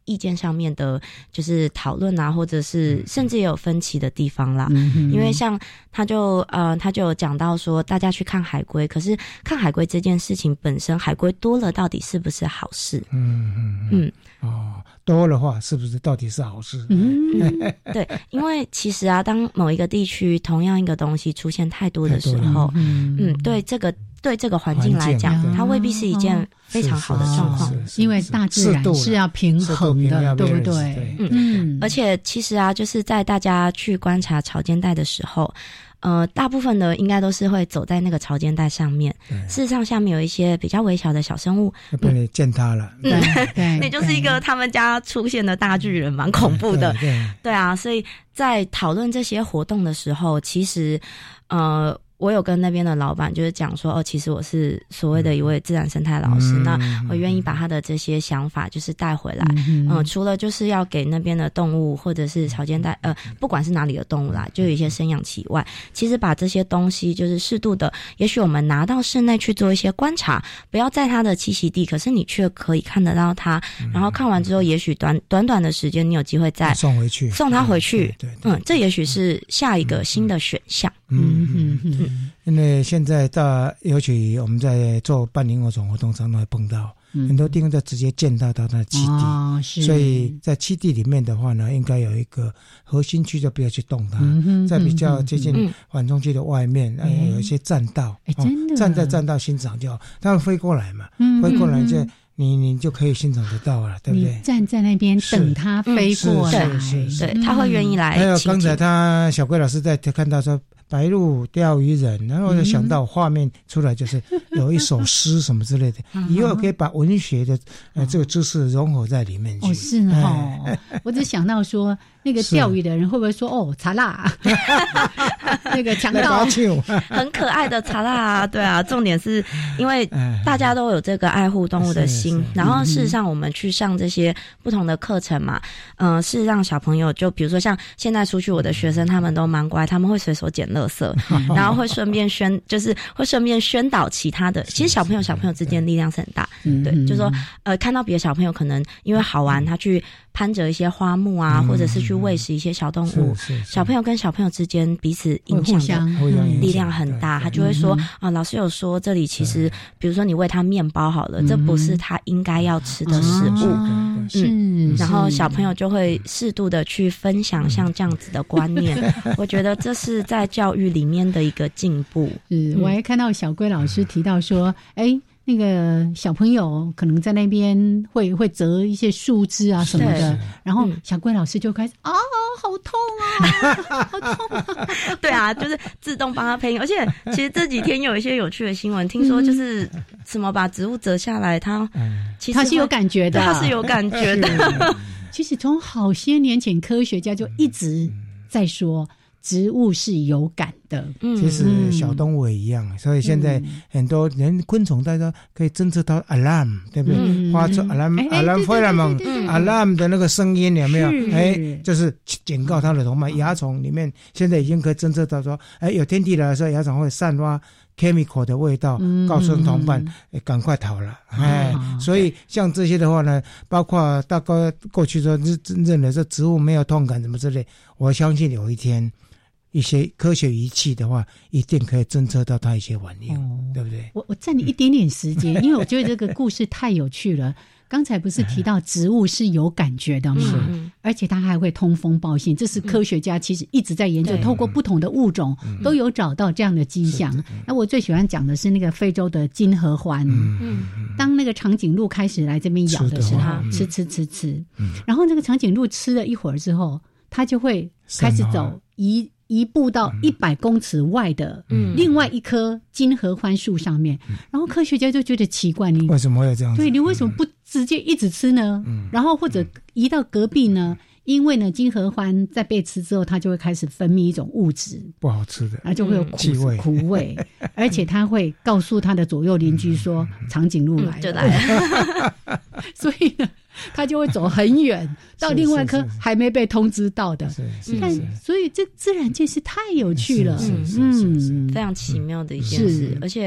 Speaker 6: 意见上面的，就是讨论啊，或者是甚至也有分歧的地方啦。
Speaker 3: 嗯、
Speaker 6: 因为像他就呃他就有讲到说，大家去看海龟，可是看海龟这件事情本身，海龟多了到底是不是好事？
Speaker 4: 嗯嗯
Speaker 6: 嗯
Speaker 4: 哦，多的话是不是到底是好事？
Speaker 6: 嗯，对，因为其实啊，当某一个地区同样一个东西出现太多的时候，嗯嗯，对这个对这个环境来讲，它未必是一件非常好的状况，
Speaker 3: 因为大自然是要平衡的，对不对？
Speaker 6: 嗯嗯，而且其实啊，就是在大家去观察潮间带的时候。呃，大部分的应该都是会走在那个潮间带上面。事实上，下面有一些比较微小的小生物，
Speaker 4: 被你践踏了。
Speaker 6: 嗯，对，那就是一个他们家出现的大巨人，蛮恐怖的。
Speaker 4: 对， 对，
Speaker 6: 对啊，所以在讨论这些活动的时候，其实呃。我有跟那边的老板就是讲说，哦，其实我是所谓的一位自然生态老师，嗯、那我愿意把他的这些想法就是带回来。嗯、呃，除了就是要给那边的动物或者是潮间带，呃，不管是哪里的动物啦，就有一些生养期以外，其实把这些东西就是适度的，也许我们拿到室内去做一些观察，不要在它的栖息地，可是你却可以看得到它，嗯、然后看完之后，也许短短短的时间，你有机会再
Speaker 4: 送回去，
Speaker 6: 送它回去。
Speaker 4: 对， 对， 对，
Speaker 6: 嗯，这也许是下一个新的选项。
Speaker 4: 嗯嗯嗯，因为现在大，尤其我们在做半萤火虫活动上都会碰到、嗯、很多地方就直接见到到它的基地、哦、所以在基地里面的话呢，应该有一个核心区，就不要去动它，嗯、在比较接近缓冲区的外面，嗯呃、有一些栈道，
Speaker 3: 哎、哦，真的
Speaker 4: 站在栈道欣赏就好，它会飞过来嘛，嗯、飞过来就。你你就可以欣赏得到了，对不对？
Speaker 3: 你站在那边等它飞过来，
Speaker 6: 对，他会愿意来。
Speaker 4: 还有刚才他小桂老师在看到说白鹭钓鱼人，然后我就想到画面出来就是有一首诗什么之类的，嗯、以后可以把文学的呃这个知识融合在里面去。
Speaker 3: 哦，是哦，哎、我只想到说那个钓鱼的人会不会说哦查啦，那个强盗
Speaker 6: 很可爱的查啦，对啊，重点是因为大家都有这个爱护动物的心。然后事实上我们去上这些不同的课程嘛，嗯、呃，是让小朋友就比如说像现在出去我的学生他们都蛮乖，他们会随手捡垃圾，然后会顺便宣就是会顺便宣导其他的，其实小朋友小朋友之间力量是很大，对，就是说呃看到别的小朋友可能因为好玩，他去攀折一些花木啊，或者是去喂食一些小动物，小朋友跟小朋友之间彼此影响的力量很大，他就会说啊，老师有说这里其实比如说你喂他面包好了，这不是他应该要吃的食物，
Speaker 3: 嗯，
Speaker 6: 嗯，然后小朋友就会适度的去分享像这样子的观念，我觉得这是在教育里面的一个进步。
Speaker 3: 是，我还看到小龟老师提到说，哎。那个小朋友可能在那边会会折一些树枝啊什么的，然后小龟老师就开始啊、哦，好痛啊，好痛啊！
Speaker 6: 对啊，就是自动帮他配音。而且其实这几天有一些有趣的新闻，听说就是什么把植物折下来，他其实
Speaker 3: 他是有感觉的，
Speaker 6: 他是有感觉的。
Speaker 3: 其实从好些年前，科学家就一直在说。植物是有感的，
Speaker 4: 其实小动物也一样，嗯、所以现在很多人昆虫大家可以侦测到 alarm， 对不对？嗯、发出 alarm、嗯、alarm 飞了嘛 ，alarm 的那个声音有没有？哎，就是警告它的同伴。蚜虫里面现在已经可以侦测到说，哎，有天敌来的时候，蚜虫会散发 chemical 的味道，嗯、告诉同伴，哎，赶快逃了。哎，嗯、所以像这些的话呢，包括大概过去说认为说植物没有痛感什么之类，我相信有一天。一些科学仪器的话，一定可以侦测到它一些反应，哦、对不对？
Speaker 3: 我我占你一点点时间，因为我觉得这个故事太有趣了。刚才不是提到植物是有感觉的吗？嗯、而且它还会通风报信，这是科学家其实一直在研究，嗯、透过不同的物种、嗯、都有找到这样的迹象。那我最喜欢讲的是那个非洲的金合欢，嗯、当那个长颈鹿开始来这边咬的时候，嗯、吃吃吃吃，嗯、然后那个长颈鹿吃了一会儿之后，它就会开始走移。移步到一百公尺外的另外一棵金合欢树上面，嗯、然后科学家就觉得奇怪，你
Speaker 4: 为什么会有这样子？
Speaker 3: 对，你为什么不直接一直吃呢？嗯、然后或者移到隔壁呢？因为呢，金合欢在被吃之后，它就会开始分泌一种物质，
Speaker 4: 不好吃的，
Speaker 3: 然后就会有苦味，苦味，而且它会告诉它的左右邻居说，长颈鹿来了，
Speaker 6: 就来了，
Speaker 3: 所以呢。他就会走很远到另外一棵还没被通知到的，但所以这自然界是太有趣了，
Speaker 6: 嗯，非常奇妙的一件事，而且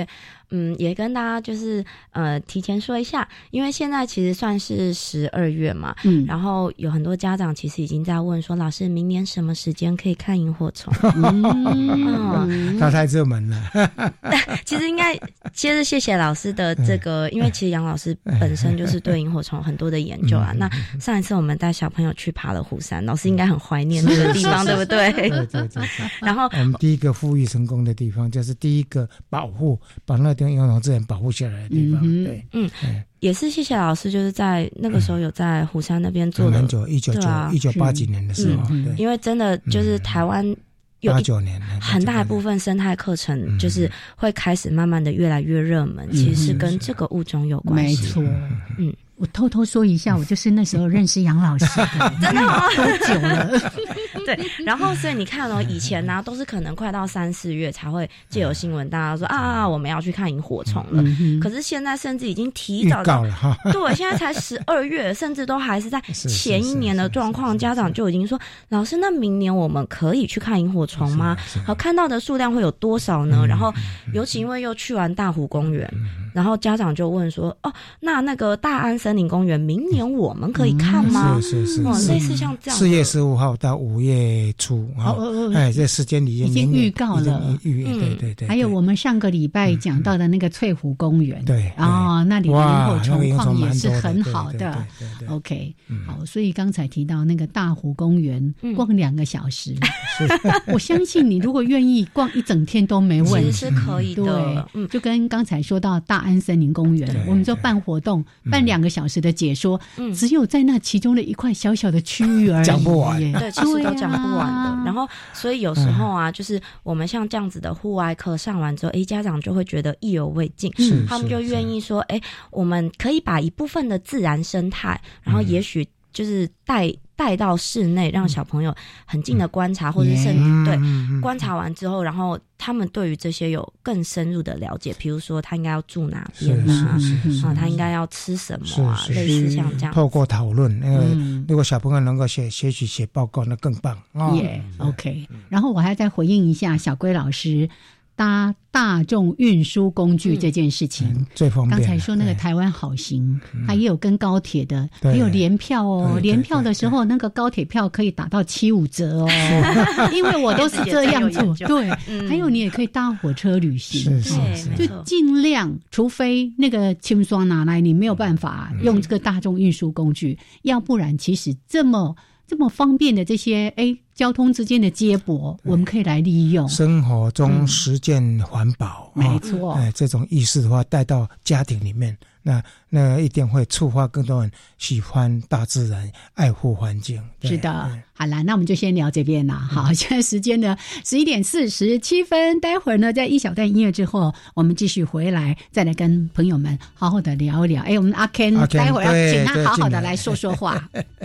Speaker 6: 嗯，也跟大家就是呃提前说一下，因为现在其实算是十二月嘛，嗯，然后有很多家长其实已经在问说，老师明年什么时间可以看萤火虫？
Speaker 4: 嗯，他太热门了。
Speaker 6: 其实应该先是谢谢老师的这个，因为其实杨老师本身就是对萤火虫很多的研究啊。那上一次我们带小朋友去爬了虎山，老师应该很怀念那个地方，对不对？
Speaker 4: 对对对对。
Speaker 6: 然后
Speaker 4: 我们第一个富裕成功的地方，就是第一个保护把那地方萤火虫自然保护下来的地方。嗯、对，
Speaker 6: 嗯，也是谢谢老师，就是在那个时候有在虎山那边做的
Speaker 4: 很久，一九九一九八几年的时候，
Speaker 6: 嗯、因为真的就是台湾。有
Speaker 4: 八九年
Speaker 6: 很大一部分生态课程就是会开始慢慢的越来越热门，嗯、其实是跟这个物种有关系。
Speaker 3: 没错，嗯，我偷偷说一下，我就是那时候认识杨老师的，
Speaker 6: 真的吗？
Speaker 3: 多久了？
Speaker 6: 对，然后所以你看哦，以前呢、啊、都是可能快到三四月才会借由新闻大家说啊，我们要去看萤火虫了。嗯、可是现在甚至已经提早到
Speaker 4: 了哈，
Speaker 6: 对，现在才十二月，甚至都还是在前一年的状况，家长就已经说，老师，那明年我们可以去看萤火虫吗？好，看到的数量会有多少呢？嗯、然后尤其因为又去完大湖公园。嗯然后家长就问说：“哦，那那个大安森林公园明年我们可以看吗？”
Speaker 4: 嗯、是是是，
Speaker 6: 哦，类似像这样。
Speaker 4: 四月十五号到五月初，哦哦、哎，这时间里
Speaker 3: 已经预告了，
Speaker 4: 预嗯、对对对。
Speaker 3: 还有我们上个礼拜讲到的那个翠湖公园，
Speaker 4: 对，
Speaker 3: 哦，那里的萤火虫况也是很好的。OK，、嗯、好，所以刚才提到那个大湖公园，逛两个小时，嗯、我相信你如果愿意逛一整天都没问题，
Speaker 6: 其实是可以的。
Speaker 3: 对，嗯，就跟刚才说到大安森林公园，我们就办活动，办两个小时的解说，嗯、只有在那其中的一块小小的区域而已，
Speaker 4: 讲不完，
Speaker 6: 对，其实都讲不完的。啊、然后，所以有时候啊，嗯、就是我们像这样子的户外课上完之后，哎，家长就会觉得意犹未尽，嗯、他们就愿意说，哎，我们可以把一部分的自然生态，然后也许就是带。带到室内，让小朋友很近的观察，嗯、或者甚至、嗯、对、嗯、观察完之后，然后他们对于这些有更深入的了解，比如说他应该要住哪边啊，啊，他应该要吃什么啊，类似像这样。
Speaker 4: 透过讨论，那个、嗯、如果小朋友能够写写写写报告，那更棒。
Speaker 3: 耶、哦 yeah, ，OK、嗯。然后我还再回应一下小龟老师。搭大众运输工具这件事情，
Speaker 4: 嗯、最方便。
Speaker 3: 刚才说那个台湾好行，它也有跟高铁的，也有联票哦。联票的时候，那个高铁票可以打到七五折哦。因为我都是这样做。对，嗯、还有你也可以搭火车旅行，
Speaker 4: 是是是，
Speaker 3: 就尽量，除非那个轻刷拿来，你没有办法用这个大众运输工具，嗯、要不然其实这么。这么方便的这些哎交通之间的接驳，我们可以来利用。
Speaker 4: 生活中实践环保，
Speaker 3: 嗯哦、没错。
Speaker 4: 哎，这种意识的话带到家庭里面，那那一定会触发更多人喜欢大自然、爱护环境。
Speaker 3: 是的，好啦，那我们就先聊这边啦。好，嗯、现在时间呢十一点四十七分，待会儿呢在一小段音乐之后，我们继续回来，再来跟朋友们好好的聊一聊。哎，我们阿 Ken，
Speaker 4: 阿 Ken
Speaker 3: 待会儿要请他好好的来说说话。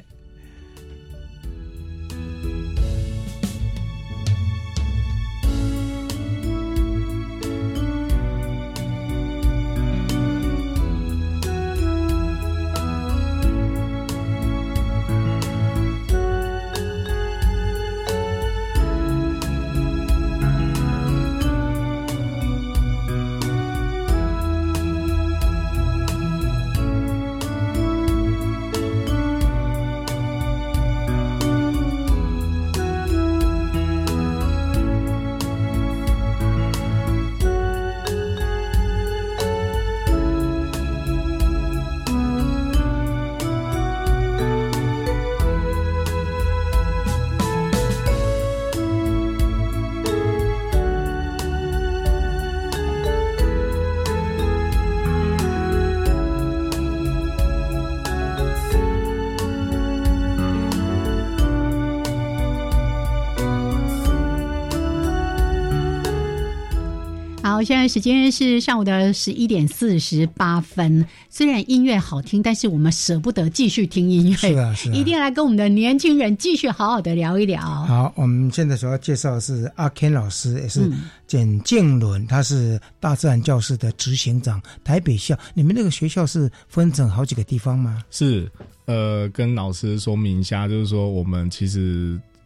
Speaker 3: 好，现在时间是上午的十一点四十八分。虽然音乐好听，但是我们舍不得继续听音乐，
Speaker 4: 是啊，是啊，
Speaker 3: 一定要来跟我们的年轻人继续好好的聊一聊。
Speaker 4: 好，我们现在所要介绍的是阿 Ken 老师，也是简静伦，他是大自然教室的执行长，台北校。你们那个学校是分成好几个地方吗？
Speaker 7: 是，呃，跟老师说明一下，就是说我们其实。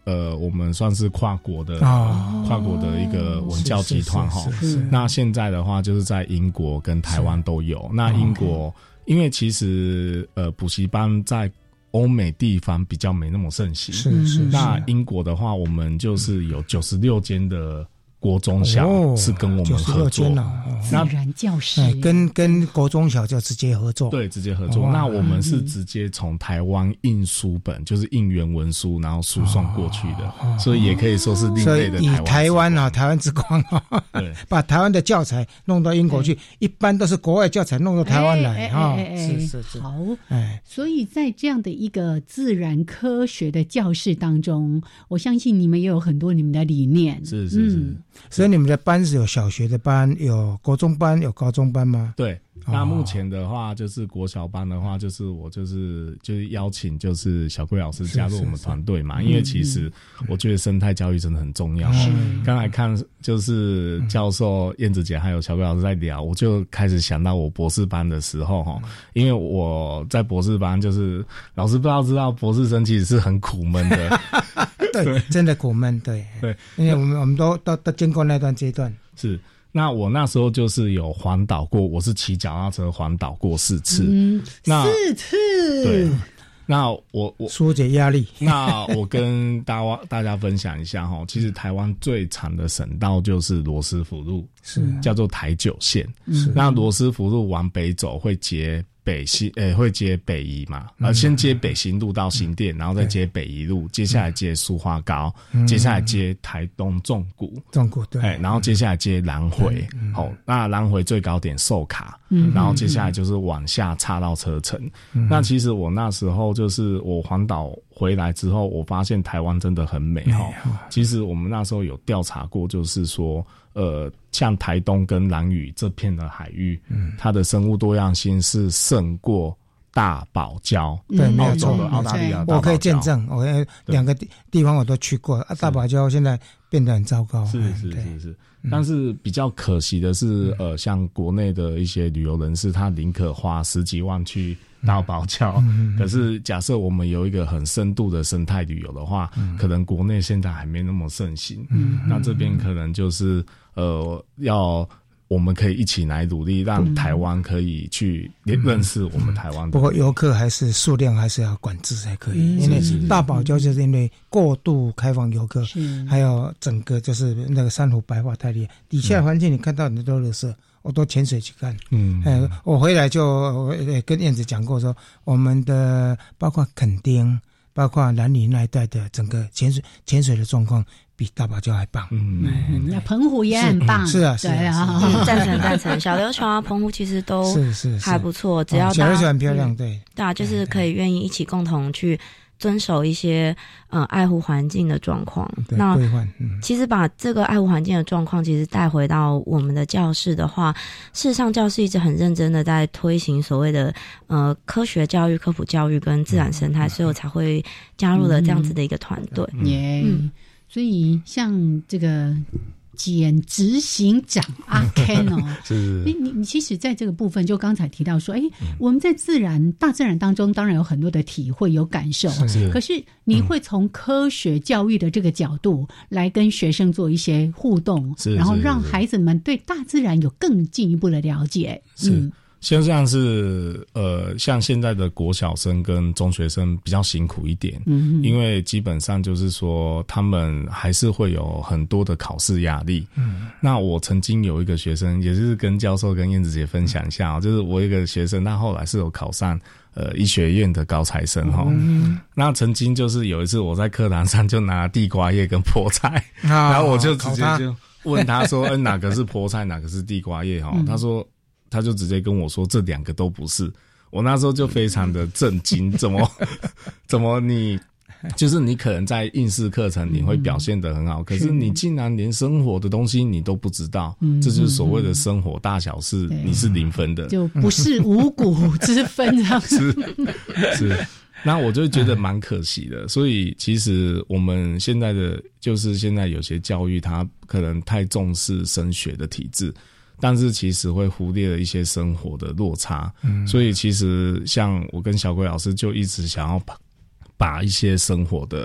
Speaker 7: 呃，我们算是跨国的、哦、跨国的一个文教集团哈。那现在的话，就是在英国跟台湾都有。那英国，哦 okay、因为其实呃补习班在欧美地方比较没那么盛行，
Speaker 4: 是 是, 是。
Speaker 7: 那英国的话，我们就是有九十六间的国中小是跟我们合作，
Speaker 3: 哦哦、自然教室、
Speaker 4: 哎、跟跟国中小就直接合作，
Speaker 7: 对，直接合作。那我们是直接从台湾印书本，就是印原文书，然后输送过去的，哦、所以也可以说是另类的台湾。
Speaker 4: 以台湾啊，台湾之光啊，对，把台湾的教材弄到英国去，一般都是国外教材弄到台湾来啊、哎哎哎
Speaker 3: 哦，是是是。好，哎，所以在这样的一个自然科学的教室当中，我相信你们也有很多你们的理念，
Speaker 7: 是是是。嗯，
Speaker 4: 所以你们的班是有小学的班，有国中班，有高中班吗？
Speaker 7: 对，那目前的话就是国小班的话，就是我就是就是邀请就是小贵老师加入我们团队嘛，因为其实我觉得生态教育真的很重要。刚才看就是教授燕子姐还有小贵老师在聊，我就开始想到我博士班的时候哈，因为我在博士班就是老师不知道知道博士生其实是很苦闷的。
Speaker 4: 对，真的苦闷，对对，因为我们我们都都都经过那段阶段。
Speaker 7: 是，那我那时候就是有环岛过，我是骑脚踏车环岛过四次，
Speaker 3: 嗯，
Speaker 7: 那
Speaker 3: 四次，
Speaker 7: 对。那我我
Speaker 4: 疏解压力。
Speaker 7: 那我跟大家大家分享一下哈，其实台湾最长的省道就是罗斯福路，
Speaker 4: 是
Speaker 7: 叫做台九线。是，那罗斯福路往北走会接北新，诶、欸，会接北宜嘛？呃、嗯，先接北新路到新店，嗯、然后再接北宜路，接下来接苏花高，嗯、接下来接台东纵谷，
Speaker 4: 纵谷对，
Speaker 7: 哎、欸，然后接下来接南回，好、嗯哦，那南回最高点寿卡，嗯，然后接下来就是往下岔到车城。嗯、那其实我那时候就是我环岛回来之后，我发现台湾真的很美哈。其实我们那时候有调查过，就是说。呃，像台东跟兰屿这片的海域，嗯，它的生物多样性是胜过大堡礁。
Speaker 4: 对，没有错
Speaker 7: 的澳大利亚，
Speaker 4: 我可以见证，我两个地方我都去过。啊，大堡礁现在变得很糟糕。
Speaker 7: 是是是是，但是比较可惜的是，呃，像国内的一些旅游人士，他宁可花十几万去大堡礁，嗯、可是假设我们有一个很深度的生态旅游的话，嗯、可能国内现在还没那么盛行。嗯、那这边可能就是呃，要我们可以一起来努力，让台湾可以去认识我们台湾的、嗯。
Speaker 4: 不过游客还是数量还是要管制才可以，嗯、因为大堡礁就是因为过度开放游客，还有整个就是那个珊瑚白化太厉害，底下环境你看到很多垃圾。我都潜水去看，嗯，哎，我回来就我跟燕子讲过说，我们的包括垦丁，包括兰屿那一带的整个潜水潜水的状况比大堡礁还棒，
Speaker 3: 嗯，那澎湖也很棒，
Speaker 4: 是啊，是啊，
Speaker 6: 赞成赞成，小琉球啊，澎湖其实都是是还不错，只要
Speaker 4: 小琉球很漂亮，对，
Speaker 6: 对啊，就是可以愿意一起共同去。遵守一些呃爱护环境的状况，那、嗯、其实把这个爱护环境的状况，其实带回到我们的教室的话，事实上教室一直很认真的在推行所谓的呃科学教育、科普教育跟自然生态，嗯、所以我才会加入了这样子的一个团队。
Speaker 3: 耶、嗯嗯，所以像这个。简执行长阿 Ken 哦，
Speaker 7: 是
Speaker 3: 你你你其实在这个部分，就刚才提到说，哎、嗯，我们在自然大自然当中，当然有很多的体会、有感受，是可是你会从科学教育的这个角度来跟学生做一些互动，
Speaker 7: 是
Speaker 3: 然后让孩子们对大自然有更进一步的了解，
Speaker 7: 是。嗯像这样是呃，像现在的国小生跟中学生比较辛苦一点，嗯，因为基本上就是说他们还是会有很多的考试压力。嗯，那我曾经有一个学生，也是跟教授跟燕子姐分享一下，就是我一个学生，他后来是有考上呃医学院的高材生哈。嗯，那曾经就是有一次我在课堂上就拿地瓜叶跟菠菜，哦、然后我就直接就问他说，嗯、呃，哪个是菠菜，哪个是地瓜叶哈？嗯、他说。他就直接跟我说这两个都不是，我那时候就非常的震惊，怎么怎么你就是你可能在应试课程你会表现得很好，可是你竟然连生活的东西你都不知道，这就是所谓的生活大小事，你是零分的，
Speaker 3: 就不是五谷之分这样
Speaker 7: 是是。那我就觉得蛮可惜的，所以其实我们现在的就是现在有些教育它可能太重视升学的体制，但是其实会忽略了一些生活的落差，嗯，所以其实像我跟小龟老师就一直想要把把一些生活的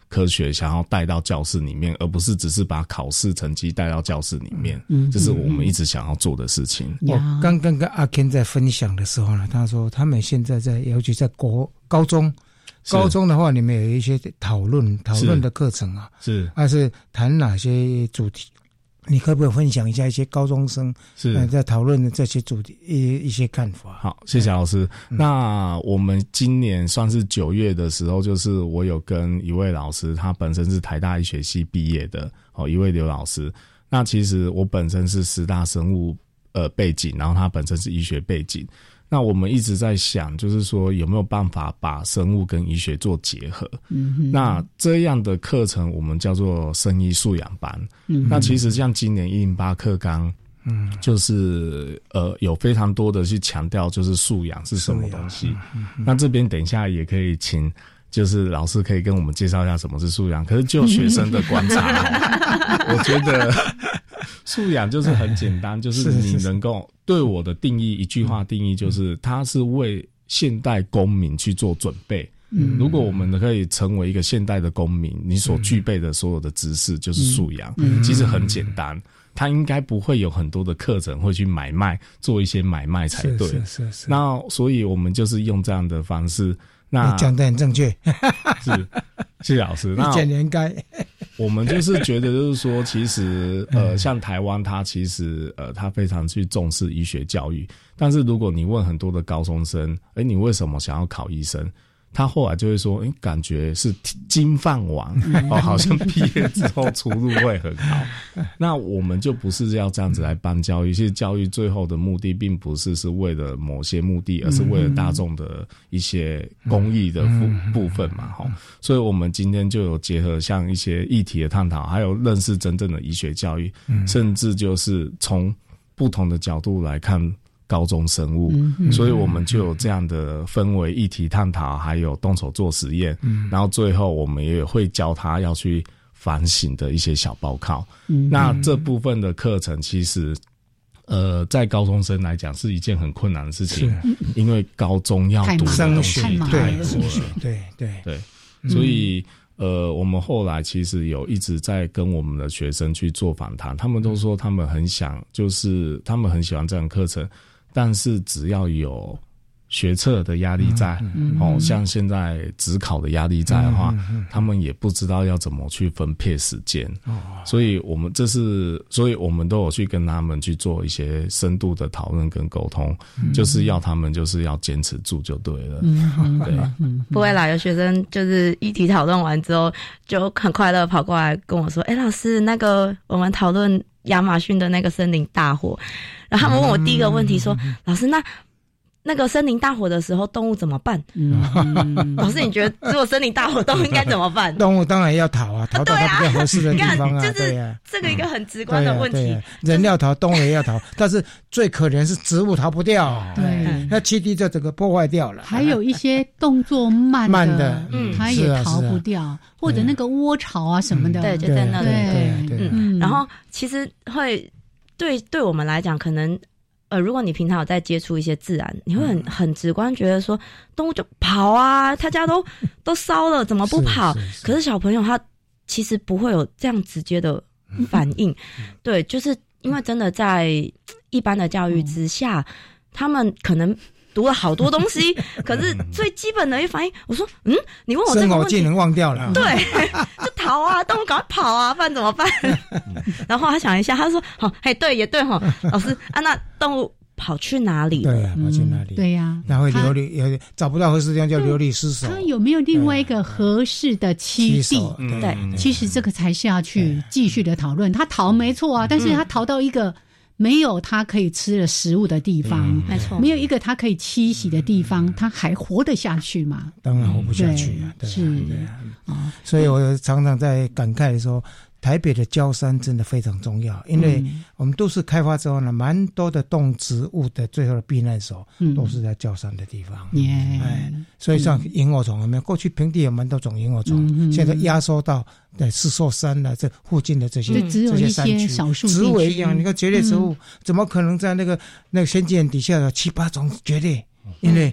Speaker 7: 科学想要带到教室里面，而不是只是把考试成绩带到教室里面。嗯，这是我们一直想要做的事情。
Speaker 4: 我刚刚跟阿 Ken 在分享的时候呢，他说他们现在在，尤其在国高中。高中的话，你们有一些讨论讨论的课程啊，
Speaker 7: 是
Speaker 4: 还是谈哪些主题？你可不可以分享一下一些高中生是、呃、在讨论的这些主题一一些看法？
Speaker 7: 好，谢谢老师。嗯、那我们今年算是九月的时候，就是我有跟一位老师，他本身是台大医学系毕业的哦，一位刘老师。那其实我本身是师大生物呃背景，然后他本身是医学背景。那我们一直在想，就是说有没有办法把生物跟医学做结合？嗯哼，那这样的课程我们叫做生医素养班。嗯，那其实像今年一零八课纲，嗯，就是呃有非常多的去强调，就是素养是什么东西。嗯嗯、那这边等一下也可以请，就是老师可以跟我们介绍一下什么是素养。可是就学生的观察，我觉得素养就是很简单，就是你能够对我的定义，一句话定义就是它是为现代公民去做准备。嗯，如果我们可以成为一个现代的公民，你所具备的所有的知识就是素养。嗯，其实很简单，它应该不会有很多的课程会去买卖，做一些买卖才对。是是 是, 是。那所以我们就是用这样的方式。那
Speaker 4: 你讲得很正确，
Speaker 7: 是，谢谢老师。那
Speaker 4: 一讲应该，
Speaker 7: 我们就是觉得，就是说，其实呃，像台湾，它其实呃，它非常去重视医学教育。但是如果你问很多的高中生，哎，你为什么想要考医生？他后来就会说，哎，感觉是金饭碗，哦，好像毕业之后出路会很好。那我们就不是要这样子来办教育，其实教育最后的目的并不是是为了某些目的，而是为了大众的一些公益的部部分嘛，哈。所以我们今天就有结合像一些议题的探讨，还有认识真正的医学教育，甚至就是从不同的角度来看高中生物，嗯、所以我们就有这样的分为议题探讨，还有动手做实验，嗯、然后最后我们也会教他要去反省的一些小报告。嗯、那这部分的课程其实，呃，在高中生来讲是一件很困难的事情，因为高中要读的东西太多了，
Speaker 4: 对对
Speaker 7: 对，所以。呃，我们后来其实有一直在跟我们的学生去做访谈，他们都说他们很想，就是他们很喜欢这样的课程，但是只要有学测的压力在，嗯、哦，像现在指考的压力在的话，嗯、他们也不知道要怎么去分配时间，哦、所以我们这是，所以我们都有去跟他们去做一些深度的讨论跟沟通，嗯、就是要他们就是要坚持住就对了。嗯、对，
Speaker 6: 嗯、不会啦，有学生就是议题讨论完之后，就很快乐跑过来跟我说：“哎，老师，那个我们讨论亚马逊的那个森林大火，然后他们问我第一个问题说：‘嗯、老师，那’。”那个森林大火的时候，动物怎么办？嗯、老师，你觉得如果森林大火，动物应该怎么办？
Speaker 4: 动物当然要逃啊，逃到它比较合适的地方啊。
Speaker 6: 就是这个一个很直观的问题。
Speaker 4: 对啊对啊、人要逃，动物也要逃，但是最可怜是植物逃不掉。对，那栖地就整个破坏掉了。
Speaker 3: 还有一些动作慢的，
Speaker 4: 慢的，
Speaker 3: 嗯，它也逃不掉，啊啊、或者那个窝巢啊什么的，
Speaker 6: 对，就在那里。
Speaker 3: 对
Speaker 6: 对，嗯。然后其实会对对我们来讲，可能。呃，如果你平常有在接触一些自然，你会很很直观觉得说，动物就跑啊，他家都都烧了，怎么不跑？是是是可是小朋友他其实不会有这样直接的反应，嗯、对，就是因为真的在一般的教育之下，嗯、他们可能读了好多东西，可是最基本的一反应，我说，嗯，你问我这个问题，
Speaker 4: 生活技能忘掉了，
Speaker 6: 对，就逃啊，动物赶快跑啊，不然怎么办？然后他想一下，他说，好，嘿，对，也对哈，老师啊，那动物跑去哪里？
Speaker 4: 对啊，跑去哪里？
Speaker 3: 嗯、对呀、啊，
Speaker 4: 然后流离，有找不到合适地方就流离失所。
Speaker 3: 他有没有另外一个合适的栖地？
Speaker 6: 对，对
Speaker 3: 其实这个才是要去继续的讨论。他逃没错啊，但是他逃到一个。没有他可以吃的食物的地方，
Speaker 6: 嗯、没错，
Speaker 3: 没有一个他可以栖息的地方，他还活得下去吗？
Speaker 4: 当然活不下去啊！
Speaker 3: 对
Speaker 4: 对是，对啊，哦、所以我常常在感慨说，台北的郊山真的非常重要，因为我们都市开发之后呢，蛮多的动植物的最后的避难所都是在郊山的地方。
Speaker 3: 嗯、
Speaker 4: 哎，所以像萤火虫有没有？过去平地有蛮多种萤火虫，嗯、现在压缩到。在四座山的这附近的这些、
Speaker 3: 嗯、这些山区，
Speaker 4: 植物一样，你看蕨类植物、嗯、怎么可能在那个那个仙境底下有七八种蕨类？因为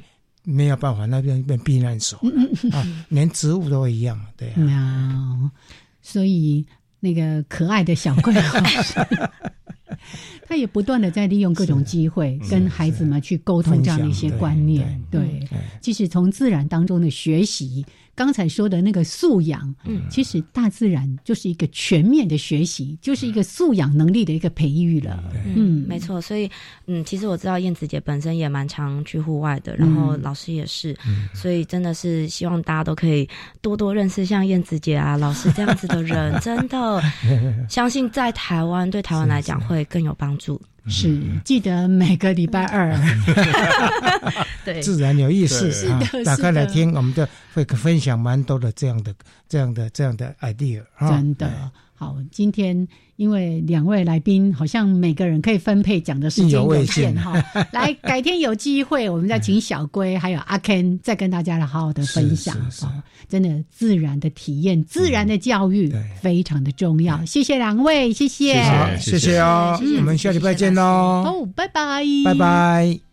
Speaker 4: 没有办法，那边变避难所了啊，连植物都一样，对啊。
Speaker 3: 啊所以那个可爱的小桂老师，他也不断的在利用各种机会跟孩子们去沟通这样的一些观念。对，对对其实从自然当中的学习，刚才说的那个素养，嗯，其实大自然就是一个全面的学习，就是一个素养能力的一个培育了。
Speaker 6: 嗯，没错。所以，嗯，其实我知道燕子姐本身也蛮常去户外的，然后老师也是，嗯、所以真的是希望大家都可以多多认识像燕子姐啊、老师这样子的人，真的相信在台湾对台湾来讲会更有帮助。
Speaker 3: 是，记得每个礼拜二，
Speaker 6: 对，
Speaker 4: 自然有意思，
Speaker 3: 是的，
Speaker 4: 打开来听，我们就会分享蛮多的这样的、这样的、这样的 idea。
Speaker 3: 真的好，今天因为两位来宾好像每个人可以分配讲的时间有限哈，来改天有机会我们再请小龟还有阿 Ken 再跟大家来好好的分享。是是是哦、真的自然的体验、自然的教育、嗯、非常的重要。谢谢两位，谢谢，
Speaker 4: 谢谢，谢谢哦，谢谢我们下礼拜见喽。
Speaker 3: 哦，拜拜，
Speaker 4: 拜拜。